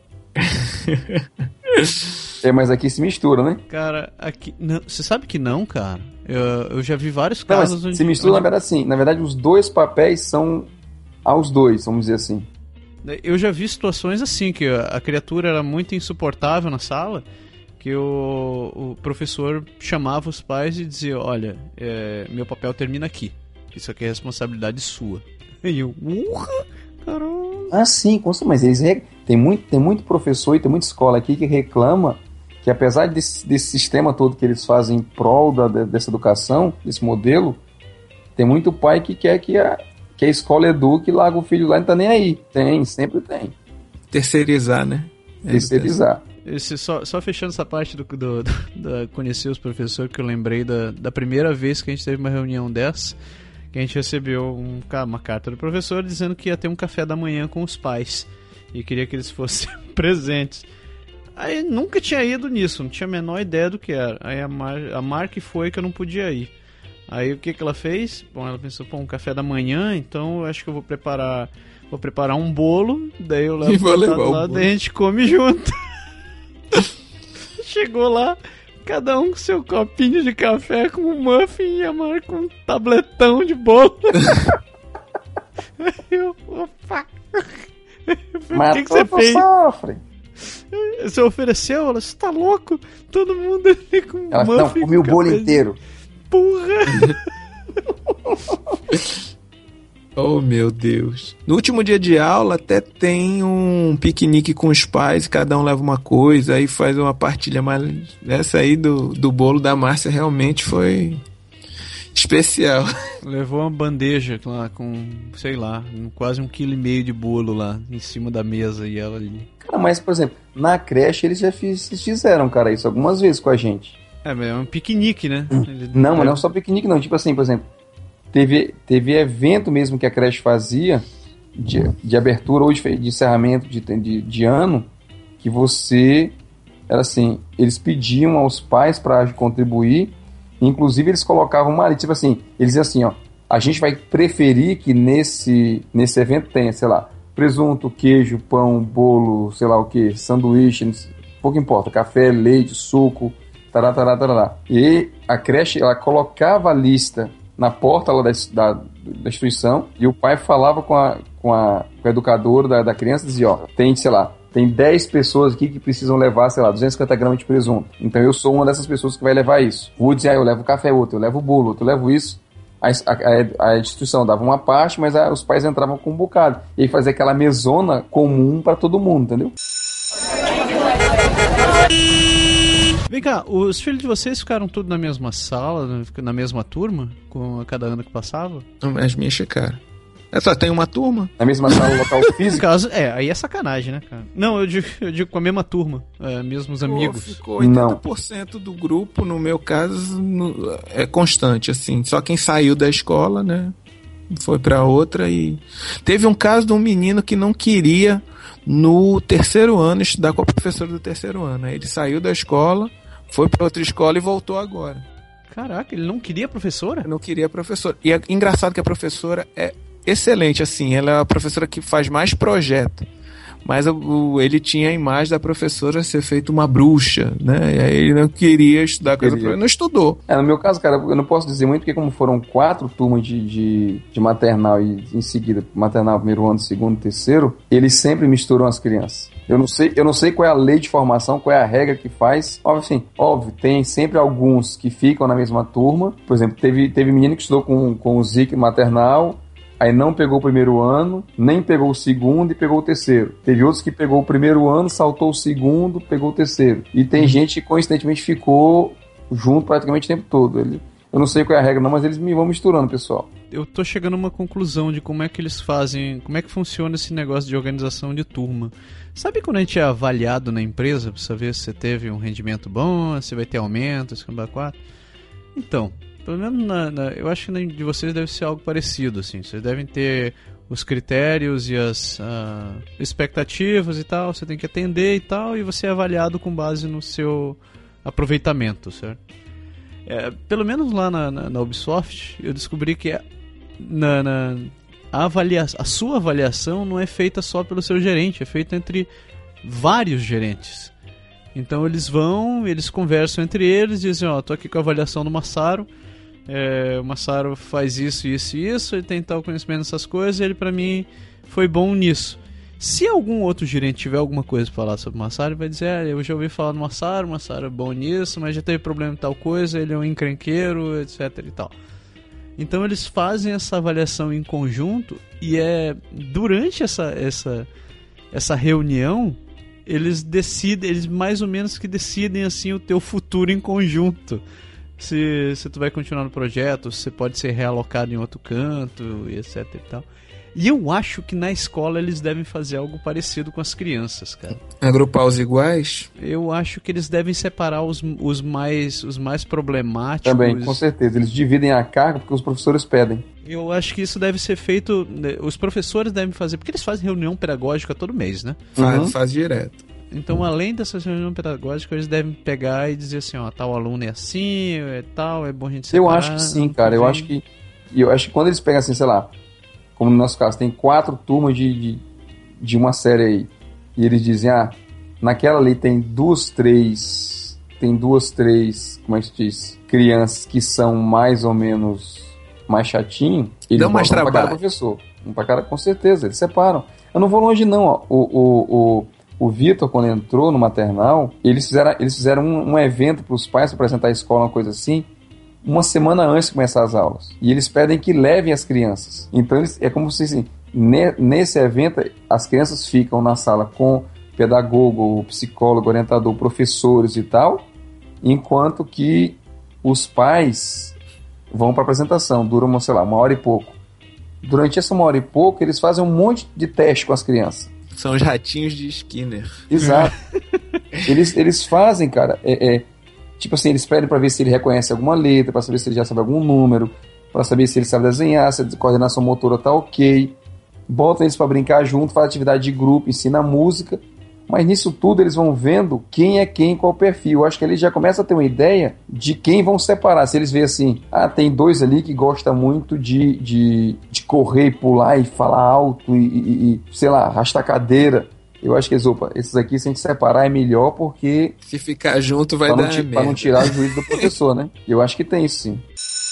É, mas aqui se mistura, né? Cara, aqui... Não, você sabe que não, cara? Eu, eu já vi vários não, casos onde... Se se mistura, onde... na verdade, sim. Na verdade, os dois papéis são aos dois, vamos dizer assim. Eu já vi situações assim, que a criatura era muito insuportável na sala, que o, o professor chamava os pais e dizia, olha, é, meu papel termina aqui. Isso aqui é responsabilidade sua. E eu, urra, caramba. Ah, sim, com certeza, mas eles re... tem, muito, tem muito professor e tem muita escola aqui que reclama que apesar desse, desse sistema todo que eles fazem em prol da, dessa educação, desse modelo, tem muito pai que quer que a, que a escola eduque e larga o filho lá e não tá nem aí. Tem, sempre tem. Terceirizar, né? Terceirizar. Esse, só, só fechando essa parte do, do, do, do conhecer os professores, que eu lembrei da, da primeira vez que a gente teve uma reunião dessa, que a gente recebeu um, uma carta do professor dizendo que ia ter um café da manhã com os pais e queria que eles fossem presentes. Aí nunca tinha ido nisso, não tinha a menor ideia do que era. Aí a Mar, a Mar que foi que eu não podia ir. Aí o que que ela fez? Bom, ela pensou, pô, um café da manhã, então eu acho que eu vou preparar, vou preparar um bolo, daí eu levo vou levar lá, daí a gente come junto. Chegou lá, cada um com seu copinho de café com um muffin e a Mar com um tabletão de bolo. Aí eu, opa! Mas o que, que você fez? Sofre. Você ofereceu? Ela, você tá louco? Todo mundo ali com ela, muffin. Não, comi o bolo inteiro. Porra! Oh, meu Deus. No último dia de aula até tem um piquenique com os pais, cada um leva uma coisa, aí faz uma partilha, mas essa aí do, do bolo da Márcia realmente foi especial. Levou uma bandeja lá com, sei lá, quase um quilo e meio de bolo lá em cima da mesa e ela ali. Cara, mas, por exemplo, na creche eles já fiz, fizeram, cara, isso algumas vezes com a gente. É, mas é um piquenique, né? Ele não, deve... mas não é só piquenique, não. Tipo assim, por exemplo, teve, teve evento mesmo que a creche fazia de, de abertura ou de, de encerramento de, de, de ano, que você, era assim, eles pediam aos pais para contribuir, inclusive eles colocavam uma, tipo assim, eles diziam assim, ó, a gente vai preferir que nesse, nesse evento tenha, sei lá, presunto, queijo, pão, bolo, sei lá o que, sanduíche, pouco importa, café, leite, suco, tará, tará, tará. E a creche, ela colocava a lista na porta lá da, da, da instituição e o pai falava com a, com a, com a educadora da, da criança e dizia, ó, tem, sei lá, tem dez pessoas aqui que precisam levar, sei lá, duzentos e cinquenta gramas de presunto. Então eu sou uma dessas pessoas que vai levar isso. Vou dizer, ah, eu levo café, outro, eu levo bolo, outro, eu levo isso. A, a, a instituição dava uma parte, mas a, os pais entravam com um bocado. E aí fazia aquela mesona comum para todo mundo, entendeu? Vem cá, os filhos de vocês ficaram tudo na mesma sala, na mesma turma, com a cada ano que passava? As minhas ficaram. É só, tem uma turma. Na mesma sala, local físico? No caso, é, aí é sacanagem, né, cara? Não, eu digo, eu digo com a mesma turma, é, mesmos amigos. Pô, ficou oitenta por cento do grupo, no meu caso, no, é constante, assim. Só quem saiu da escola, né, foi pra outra e... Teve um caso de um menino que não queria, no terceiro ano, estudar com a professora do terceiro ano. Aí ele saiu da escola, foi pra outra escola e voltou agora. Caraca, ele não queria a professora? Não queria a professora. E é engraçado que a professora é excelente, assim, ela é a professora que faz mais projeto, mas o, o, ele tinha a imagem da professora ser feita uma bruxa, né, e aí ele não queria estudar com ela, não estudou. É, no meu caso, cara, eu não posso dizer muito, porque como foram quatro turmas de, de, de maternal e em seguida maternal, primeiro ano, segundo, terceiro, eles sempre misturam as crianças. Eu não sei, eu não sei qual é a lei de formação, qual é a regra que faz. Óbvio, assim, óbvio, tem sempre alguns que ficam na mesma turma. Por exemplo, teve, teve menino que estudou com, com o Zic maternal, aí não pegou o primeiro ano, nem pegou o segundo e pegou o terceiro. Teve outros que pegou o primeiro ano, saltou o segundo, pegou o terceiro. E tem gente que, coincidentemente, ficou junto praticamente o tempo todo. Ele, eu não sei qual é a regra não, mas eles me vão misturando, pessoal. Eu tô chegando a uma conclusão de como é que eles fazem, como é que funciona esse negócio de organização de turma. Sabe quando a gente é avaliado na empresa, pra saber se você teve um rendimento bom, se vai ter aumento, se vai quatro? Então... Pelo menos na, na, eu acho que na, de vocês deve ser algo parecido, assim. Vocês devem ter os critérios e as uh, expectativas e tal, você tem que atender e tal, e você é avaliado com base no seu aproveitamento, certo? É, pelo menos lá na, na, na Ubisoft, eu descobri que é, na, na, a, avalia, a sua avaliação não é feita só pelo seu gerente, é feita entre vários gerentes. Então eles vão, eles conversam entre eles, dizem, ó, tô aqui com a avaliação do Massaro, é, o Massaro faz isso, isso e isso, ele tem tal conhecimento nessas coisas, e ele pra mim foi bom nisso. Se algum outro gerente tiver alguma coisa pra falar sobre o Massaro, ele vai dizer, ah, eu já ouvi falar do Massaro, o Massaro é bom nisso, mas já teve problema em tal coisa, ele é um encrenqueiro, etc e tal. Então eles fazem essa avaliação em conjunto e é durante essa, essa, essa reunião eles decidem, eles mais ou menos que decidem assim o teu futuro em conjunto. Se, se tu vai continuar no projeto, se você pode ser realocado em outro canto, e etc e tal. E eu acho que na escola eles devem fazer algo parecido com as crianças, cara. Agrupar os iguais? Eu acho que eles devem separar os, os, mais, os mais problemáticos. Também, com certeza. Eles dividem a carga porque os professores pedem. Eu acho que isso deve ser feito... Os professores devem fazer... Porque eles fazem reunião pedagógica todo mês, né? Faz, Uhum. faz direto. Então, além dessa reunião pedagógica, eles devem pegar e dizer assim, ó, tal aluno é assim, é tal, é bom a gente separar. Eu acho que sim, cara. Eu acho que... Eu acho que quando eles pegam assim, sei lá... Como no nosso caso, tem quatro turmas de, de, de uma série aí. E eles dizem, ah, naquela ali tem duas, três... Tem duas, três... Como é que se diz? Crianças que são mais ou menos mais chatinho. Eles dão mais trabalho. Um pra cada professor. Um pra cada, com certeza, eles separam. Eu não vou longe não, ó. O, o, o, o Vitor, quando entrou no maternal, eles fizeram, eles fizeram um, um evento para os pais, para apresentar a escola, uma coisa assim, uma semana antes de começar as aulas. E eles pedem que levem as crianças. Então eles, é como se assim, ne, nesse evento as crianças ficam na sala com pedagogo, psicólogo, orientador, professores e tal, enquanto que os pais vão para a apresentação. Dura uma, sei lá, uma hora e pouco. Durante essa uma hora e pouco eles fazem um monte de teste com as crianças. São os ratinhos de Skinner. Exato. eles, eles fazem, cara, é... é tipo assim, eles pedem para ver se ele reconhece alguma letra, para saber se ele já sabe algum número, para saber se ele sabe desenhar, se a coordenação motora tá ok. Botam eles para brincar junto, faz atividade de grupo, ensina música. Mas nisso tudo eles vão vendo quem é quem, qual o perfil. Eu acho que eles já começam a ter uma ideia de quem vão separar. Se eles veem assim, ah, tem dois ali que gostam muito de, de, de correr e pular e falar alto e, e, e sei lá, arrastar cadeira. Eu acho que eles, opa, esses aqui, se a gente separar, é melhor porque... Se ficar junto vai pra dar não, merda. Pra não tirar o juízo do professor, né? Eu acho que tem isso, sim.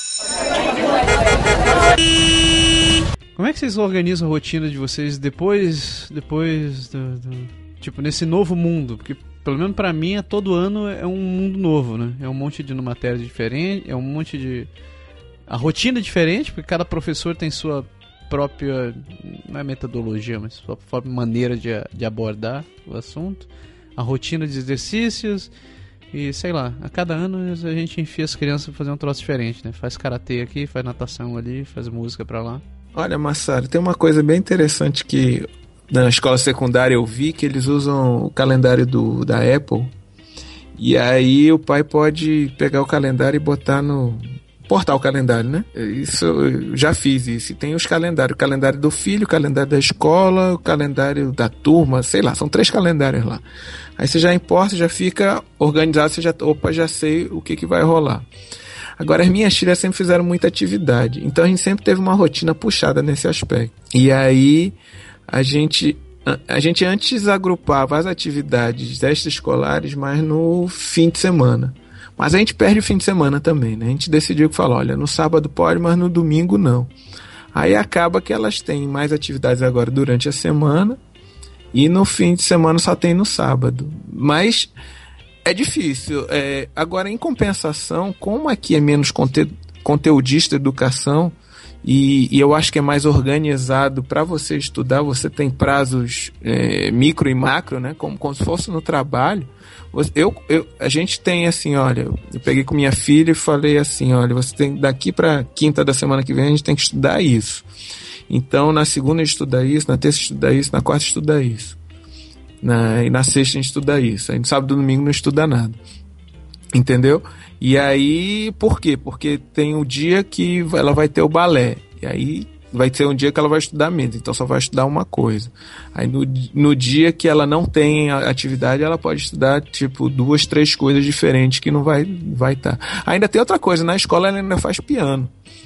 Como é que vocês organizam a rotina de vocês depois, depois do, do, tipo, nesse novo mundo? Porque, pelo menos pra mim, é, todo ano é um mundo novo, né? É um monte de matéria diferente, é um monte de... A rotina é diferente, porque cada professor tem sua... própria, não é metodologia, mas sua própria maneira de, de abordar o assunto, a rotina de exercícios e sei lá, a cada ano a gente enfia as crianças pra fazer um troço diferente, né? Faz karatê aqui, faz natação ali, faz música pra lá. Olha, Massaro, tem uma coisa bem interessante que na escola secundária eu vi que eles usam o calendário do, da Apple e aí o pai pode pegar o calendário e botar no... portar o calendário, né? Isso, eu já fiz isso. E tem os calendários. O calendário do filho, o calendário da escola, o calendário da turma, sei lá, são três calendários lá. Aí você já importa, já fica organizado, você já, opa, já sei o que, que vai rolar. Agora, as minhas filhas sempre fizeram muita atividade. Então, a gente sempre teve uma rotina puxada nesse aspecto. E aí, a gente... A gente antes agrupava as atividades extraescolares, mas no fim de semana. Mas a gente perde o fim de semana também, né? A gente decidiu que falou, olha, no sábado pode, mas no domingo não. Aí acaba que elas têm mais atividades agora durante a semana e no fim de semana só tem no sábado. Mas é difícil. É, agora, em compensação, como aqui é menos conte- conteudista educação e, e eu acho que é mais organizado para você estudar, você tem prazos é, micro e macro, né? Como, como se fosse no trabalho. Eu, eu, a gente tem assim, olha, eu peguei com minha filha e falei assim, olha, você tem daqui para quinta da semana que vem a gente tem que estudar isso. Então na segunda a gente estuda isso, na terça estuda isso, na quarta estuda isso, na, e na sexta a gente estuda isso. Aí no sábado e domingo não estuda nada, entendeu? E aí, por quê? Porque tem o dia que ela vai ter o balé, e aí vai ter um dia que ela vai estudar menos, então só vai estudar uma coisa. Aí no, no dia que ela não tem a atividade, ela pode estudar tipo duas, três coisas diferentes que não vai vai estar. Tá. Ainda tem outra coisa, na escola ela ainda faz piano.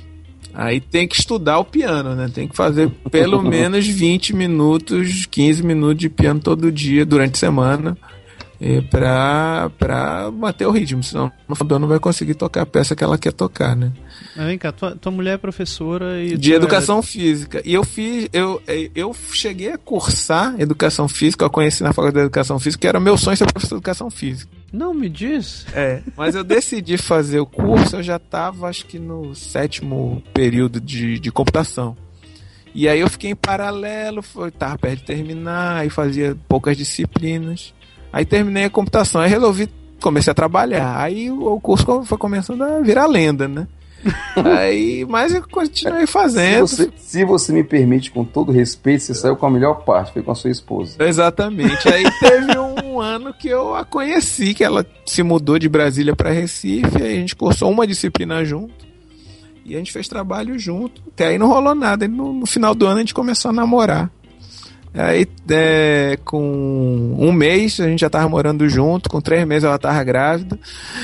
Aí tem que estudar o piano, né? Tem que fazer pelo menos vinte minutos, quinze minutos de piano todo dia, durante a semana, é, pra, pra bater o ritmo, senão no final não vai conseguir tocar a peça que ela quer tocar, né? Mas vem cá, tua, tua mulher é professora e... de educação é... física. E eu fiz, eu, eu cheguei a cursar educação física, eu conheci na faculdade de educação física, que era meu sonho ser professor de educação física. Não me diz. É, mas eu decidi fazer o curso, eu já tava, acho que no sétimo período de, de computação. E aí eu fiquei em paralelo, foi, tava perto de terminar, aí fazia poucas disciplinas. Aí terminei a computação, aí resolvi, comecei a trabalhar. Aí o curso foi começando a virar lenda, né? Aí, mas eu continuei fazendo. Se você, se você me permite, com todo respeito, você saiu com a melhor parte, foi com a sua esposa. Exatamente. Aí teve um ano que eu a conheci, que ela se mudou de Brasília para Recife, aí a gente cursou uma disciplina junto. E a gente fez trabalho junto. Até aí não rolou nada. Aí no, no final do ano a gente começou a namorar. Aí é, com um mês a gente já tava morando junto, com três meses ela tava grávida.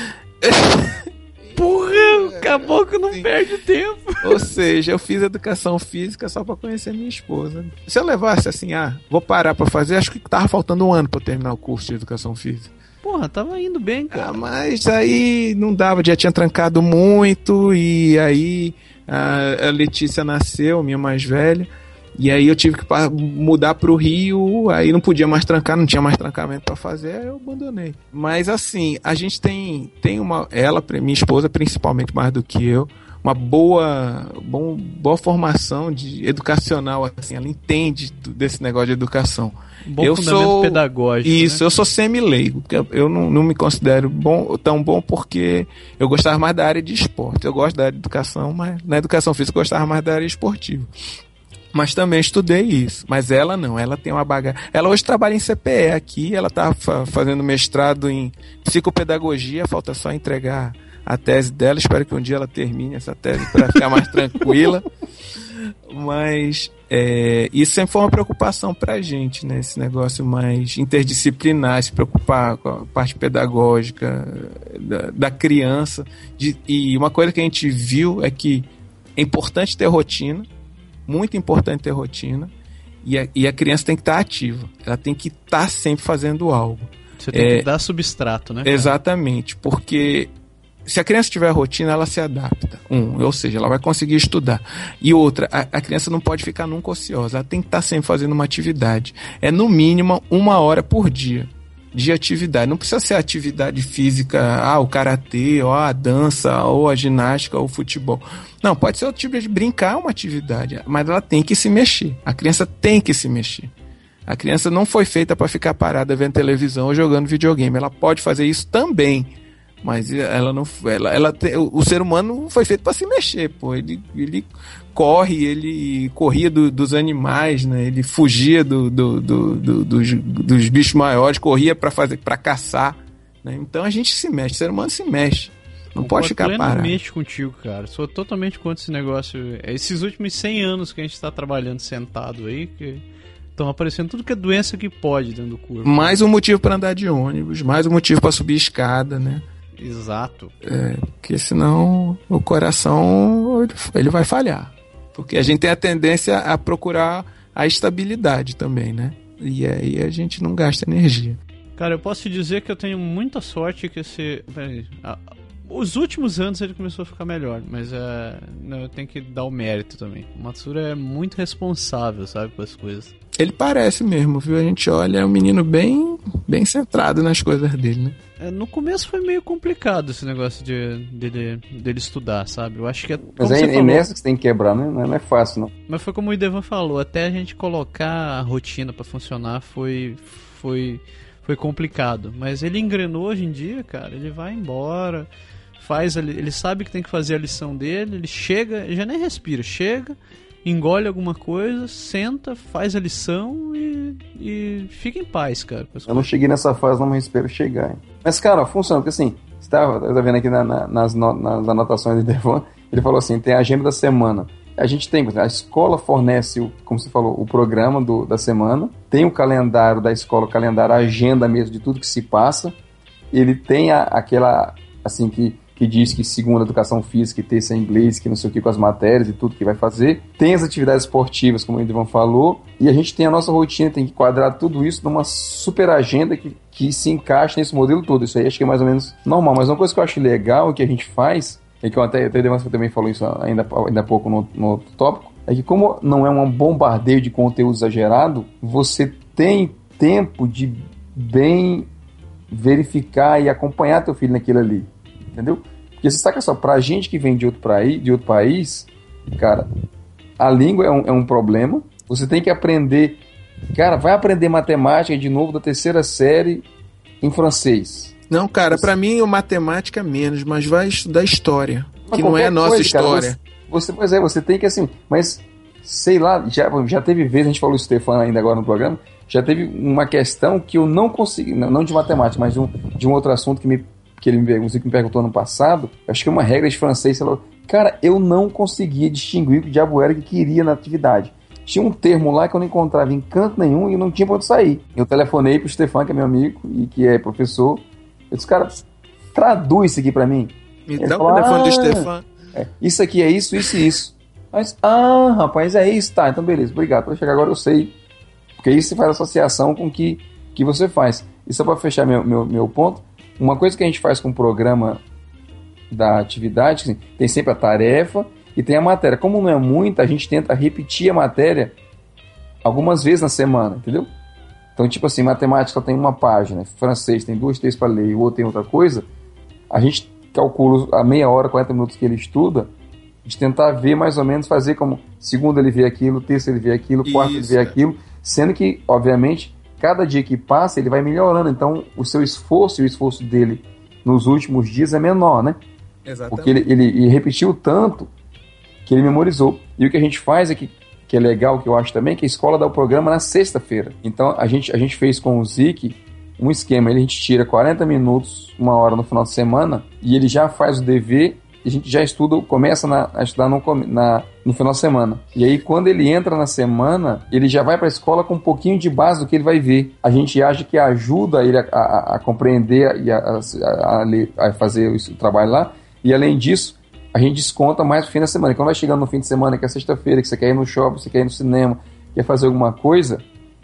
Porra, acabou que não perde tempo. Ou seja, eu fiz educação física só pra conhecer minha esposa. Se eu levasse assim, ah, vou parar pra fazer, acho que tava faltando um ano pra eu terminar o curso de educação física. Porra, tava indo bem, cara. Ah, mas aí não dava, já tinha trancado muito, e aí a, a Letícia nasceu, minha mais velha, e aí eu tive que mudar pro Rio, aí não podia mais trancar, não tinha mais trancamento pra fazer, aí eu abandonei. Mas assim, a gente tem, tem uma, ela, minha esposa principalmente mais do que eu, uma boa, bom, boa formação de educacional, assim, ela entende desse negócio de educação. Bom eu fundamento sou pedagógico. Isso, né? Eu sou semi-leigo, eu não, não me considero bom, tão bom porque eu gostava mais da área de esporte. Eu gosto da área de educação, mas na educação física eu gostava mais da área esportiva. Mas também estudei isso. Mas ela não, ela tem uma bagagem. Ela hoje trabalha em C P E aqui, ela está fa- fazendo mestrado em psicopedagogia, falta só entregar a tese dela. Espero que um dia ela termine essa tese para ficar mais tranquila. Mas é, isso sempre foi uma preocupação pra gente, né? Esse negócio mais interdisciplinar, se preocupar com a parte pedagógica da, da criança. De, e uma coisa que a gente viu é que é importante ter rotina, muito importante ter rotina, e a, e a criança tem que estar ativa, ela tem que estar sempre fazendo algo. Você tem é, que dar substrato, né? Cara? Exatamente, porque se a criança tiver rotina, ela se adapta. Um, ou seja, ela vai conseguir estudar. E outra, a, a criança não pode ficar nunca ociosa. Ela tem que estar sempre fazendo uma atividade. É no mínimo uma hora por dia de atividade. Não precisa ser atividade física, ah, o karatê, ou a dança, ou a ginástica, ou o futebol. Não, pode ser outro tipo de brincar, uma atividade. Mas ela tem que se mexer. A criança tem que se mexer. A criança não foi feita para ficar parada vendo televisão ou jogando videogame. Ela pode fazer isso também. Mas ela não, ela, ela, o ser humano foi feito para se mexer, pô. Ele, ele corre, ele corria do, dos animais, né? Ele fugia do, do, do, do, dos, dos bichos maiores, corria para fazer, para caçar, né? Então a gente se mexe, o ser humano se mexe. Não pode ficar parado. Eu plenamente contigo, cara. Sou totalmente contra esse negócio. Esses últimos cem anos que a gente está trabalhando sentado aí, que estão aparecendo tudo que é doença que pode dentro do corpo. Mais um motivo para andar de ônibus, mais um motivo para subir escada, né? Exato. É, porque senão o coração ele vai falhar. Porque a gente tem a tendência a procurar a estabilidade também, né? E aí a gente não gasta energia. Cara, eu posso te dizer que eu tenho muita sorte que esse... Os últimos anos ele começou a ficar melhor, mas é, não, eu tenho que dar o mérito também. O Matsura é muito responsável, sabe, com as coisas. Ele parece mesmo, viu? A gente olha, é um menino bem, bem centrado nas coisas dele, né? É, no começo foi meio complicado esse negócio de, dele, dele estudar, sabe? Eu acho que é... Mas é, é nessa que você tem que quebrar, né? Não é, não é fácil, não. Mas foi como o Idevan falou, até a gente colocar a rotina pra funcionar foi... foi foi complicado. Mas ele engrenou hoje em dia, cara. Ele vai embora... Faz, ele sabe que tem que fazer a lição dele, ele chega, ele já nem respira, chega, engole alguma coisa, senta, faz a lição e, e fica em paz, cara. Eu não cheguei nessa fase, não, mas espero chegar. Hein? Mas, cara, funciona, porque assim, você tá, tá vendo aqui na, na, nas, nas anotações do Idevan, ele falou assim, tem a agenda da semana. A gente tem, a escola fornece, o, como você falou, o programa do, da semana, tem o calendário da escola, o calendário, a agenda mesmo de tudo que se passa, ele tem a, aquela, assim, que que diz que segunda educação física, que terça é inglês, que não sei o que com as matérias e tudo que vai fazer. Tem as atividades esportivas, como o Edvan falou, e a gente tem a nossa rotina, tem que quadrar tudo isso numa super agenda que, que se encaixa nesse modelo todo. Isso aí acho que é mais ou menos normal, mas uma coisa que eu acho legal que a gente faz, e que eu até, até o Edvan também falou isso ainda, ainda há pouco no, no outro tópico, é que como não é um bombardeio de conteúdo exagerado, você tem tempo de bem verificar e acompanhar teu filho naquilo ali, entendeu? Porque você saca só, pra gente que vem de outro, praí, de outro país, cara, a língua é um, é um problema, você tem que aprender, cara, vai aprender matemática de novo da terceira série em francês. Não, cara, você... pra mim, o matemática menos, mas vai estudar história, mas que não é a nossa coisa, história. Cara, você, você, pois é, você tem que assim, mas sei lá, já, já teve vezes, a gente falou o Stefano ainda agora no programa, já teve uma questão que eu não consegui, não de matemática, mas de um, de um outro assunto que, me, que ele me, que me perguntou no passado, acho que uma regra de francês, sei lá, cara, eu não conseguia distinguir o que diabo era que queria na atividade. Tinha um termo lá que eu não encontrava em canto nenhum e não tinha pra onde sair. Eu telefonei pro Stefano, que é meu amigo e que é professor, eu disse, cara, traduz isso aqui pra mim. Me dá o telefone do Stefano. É, isso aqui é isso, isso e isso. Mas, ah, rapaz, é isso, tá, então beleza, obrigado, pra chegar agora eu sei. Porque isso faz associação com o que, que você faz. E só para fechar meu, meu, meu ponto, uma coisa que a gente faz com o programa da atividade, assim, tem sempre a tarefa e tem a matéria. Como não é muita, a gente tenta repetir a matéria algumas vezes na semana, entendeu? Então, tipo assim, matemática tem uma página, francês tem duas, três para ler e o outro tem outra coisa, a gente calcula a meia hora, quarenta minutos que ele estuda, de tentar ver mais ou menos, fazer como segundo ele vê aquilo, terceiro ele vê aquilo, quarto ele vê aquilo, sendo que, obviamente, cada dia que passa ele vai melhorando, então o seu esforço e o esforço dele nos últimos dias é menor, né? Exatamente. Porque ele, ele, ele repetiu tanto que ele memorizou. E o que a gente faz é que, que é legal, que eu acho também, que a escola dá o programa na sexta-feira. Então a gente, a gente fez com o Zic um esquema, ele, a gente tira quarenta minutos, uma hora no final de semana, e ele já faz o dever. A gente já estuda, começa na, a estudar no, na, no final de semana. E aí, quando ele entra na semana, ele já vai para a escola com um pouquinho de base do que ele vai ver. A gente acha que ajuda ele a, a, a compreender e a, a, a, ler, a fazer o trabalho lá. E, além disso, a gente desconta mais no fim da semana. E quando vai chegando no fim de semana, que é sexta-feira, que você quer ir no shopping, você quer ir no cinema, quer fazer alguma coisa,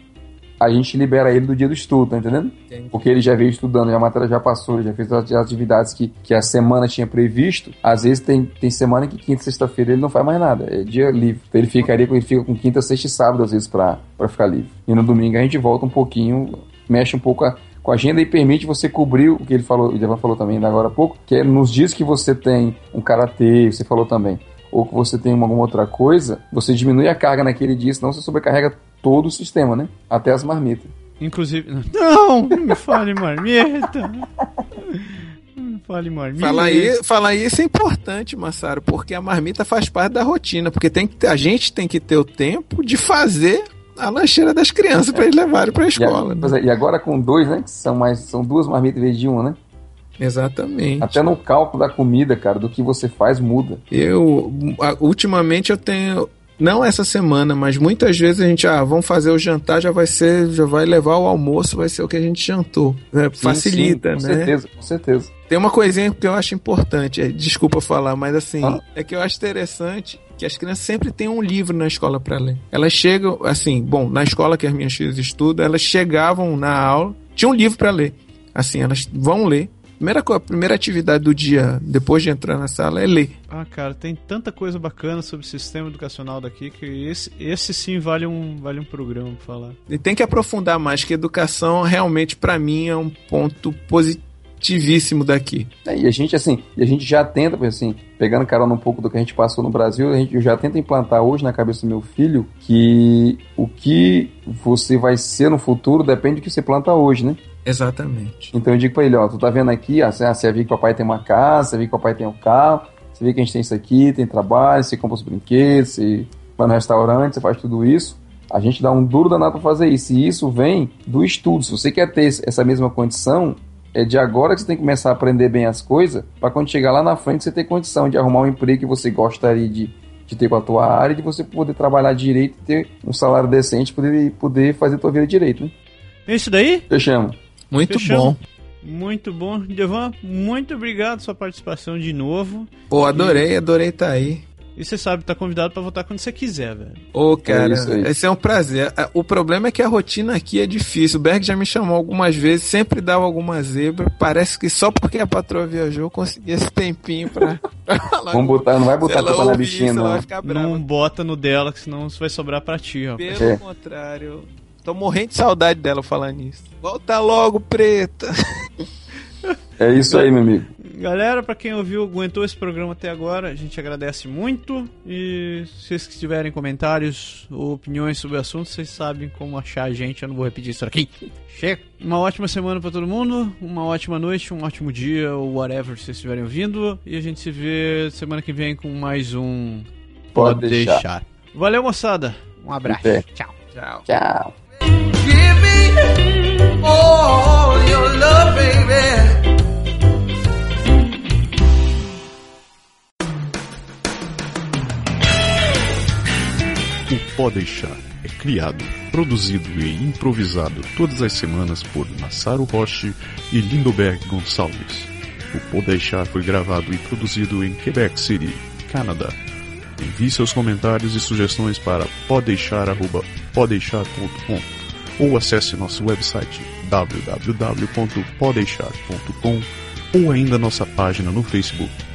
a gente libera ele do dia do estudo, tá entendendo? Entendi. Porque ele já veio estudando, já a matéria já passou, ele já fez as atividades que, que a semana tinha previsto. Às vezes tem, tem semana que quinta e sexta-feira ele não faz mais nada, é dia livre. Então ele ficaria ele fica com quinta, sexta e sábado às vezes pra, pra ficar livre. E no domingo a gente volta um pouquinho, mexe um pouco a, com a agenda e permite você cobrir o que ele falou, o Ivan falou também ainda agora há pouco, que é nos dias que você tem um karatê, você falou também, ou que você tem alguma outra coisa, você diminui a carga naquele dia, senão você sobrecarrega todo o sistema, né? Até as marmitas. Inclusive... Não! Não me fale marmita! Não me fale marmita! Falar isso, falar isso é importante, Massaro, porque a marmita faz parte da rotina, porque tem que ter, a gente tem que ter o tempo de fazer a lancheira das crianças para eles levarem para a escola. E, né? E agora com dois, né? Que são, mais, são duas marmitas em vez de uma, né? Exatamente. Até no cálculo da comida, cara, do que você faz, muda. Eu, ultimamente eu tenho, não essa semana, mas muitas vezes a gente, ah, vamos fazer o jantar, já vai ser, já vai levar o almoço, vai ser o que a gente jantou. Né? Sim, facilita, sim, com né? Com certeza, com certeza. Tem uma coisinha que eu acho importante, é, desculpa falar, mas assim, ah. é que eu acho interessante que as crianças sempre têm um livro na escola para ler. Elas chegam, assim, bom, na escola que as minhas filhas estudam, elas chegavam na aula, tinha um livro para ler. Assim, elas vão ler. Primeira, a primeira atividade do dia, depois de entrar na sala, é ler. Ah, cara, tem tanta coisa bacana sobre o sistema educacional daqui que esse, esse sim vale um, vale um programa pra falar. E tem que aprofundar mais, que a educação realmente, pra mim, é um ponto positivíssimo daqui. É, e a gente, assim, e a gente já tenta, assim, pegando carona um pouco do que a gente passou no Brasil, a gente, eu já tento implantar hoje na cabeça do meu filho que o que você vai ser no futuro depende do que você planta hoje, né? Exatamente. Então eu digo pra ele, ó, tu tá vendo aqui, ó, você vê que o papai tem uma casa, você vê que o papai tem um carro, você vê que a gente tem isso aqui, tem trabalho, você compra os brinquedos, você vai no restaurante, você faz tudo isso. A gente dá um duro danado pra fazer isso. E isso vem do estudo. Se você quer ter essa mesma condição, é de agora que você tem que começar a aprender bem as coisas, pra quando chegar lá na frente você ter condição de arrumar um emprego que você gostaria de, de ter com a tua área, de você poder trabalhar direito, ter um salário decente, poder, poder fazer a tua vida direito, né? É isso daí? Fechamos. Muito Fechamos. bom. Muito bom. Devan, muito obrigado pela sua participação de novo. Pô, adorei, e... adorei estar aí. E você sabe, tá convidado pra voltar quando você quiser, velho. Ô, cara, é esse é um prazer. O problema é que a rotina aqui é difícil. O Berg já me chamou algumas vezes, sempre dava alguma zebra. Parece que só porque a patroa viajou, eu consegui esse tempinho pra, pra falar. Vamos botar, não vai botar culpa na bichinha, isso, não. Vai ficar brava. Não bota no dela, que senão isso vai sobrar pra ti, ó. Pelo é. contrário, Tô morrendo de saudade dela falando nisso. Volta logo, preta. É isso aí, meu amigo. Galera, pra quem ouviu, aguentou esse programa até agora, a gente agradece muito. E se vocês tiverem comentários ou opiniões sobre o assunto, vocês sabem como achar a gente. Eu não vou repetir isso aqui. Chega. Uma ótima semana pra todo mundo, uma ótima noite, um ótimo dia, ou whatever vocês estiverem ouvindo. E a gente se vê semana que vem com mais um Pode, Pode deixar. deixar. Valeu, moçada. Um abraço. Até. Tchau. Tchau. Tchau. Give me all your love, baby. O Pode Deixar é criado, produzido e improvisado todas as semanas por Masaru Roshi e Lindoberg Gonçalves. O Pode Deixar foi gravado e produzido em Quebec City, Canadá. Envie seus comentários e sugestões para podeixar arroba podeixar ponto com ou acesse nosso website w w w ponto podeixar ponto com ou ainda nossa página no Facebook.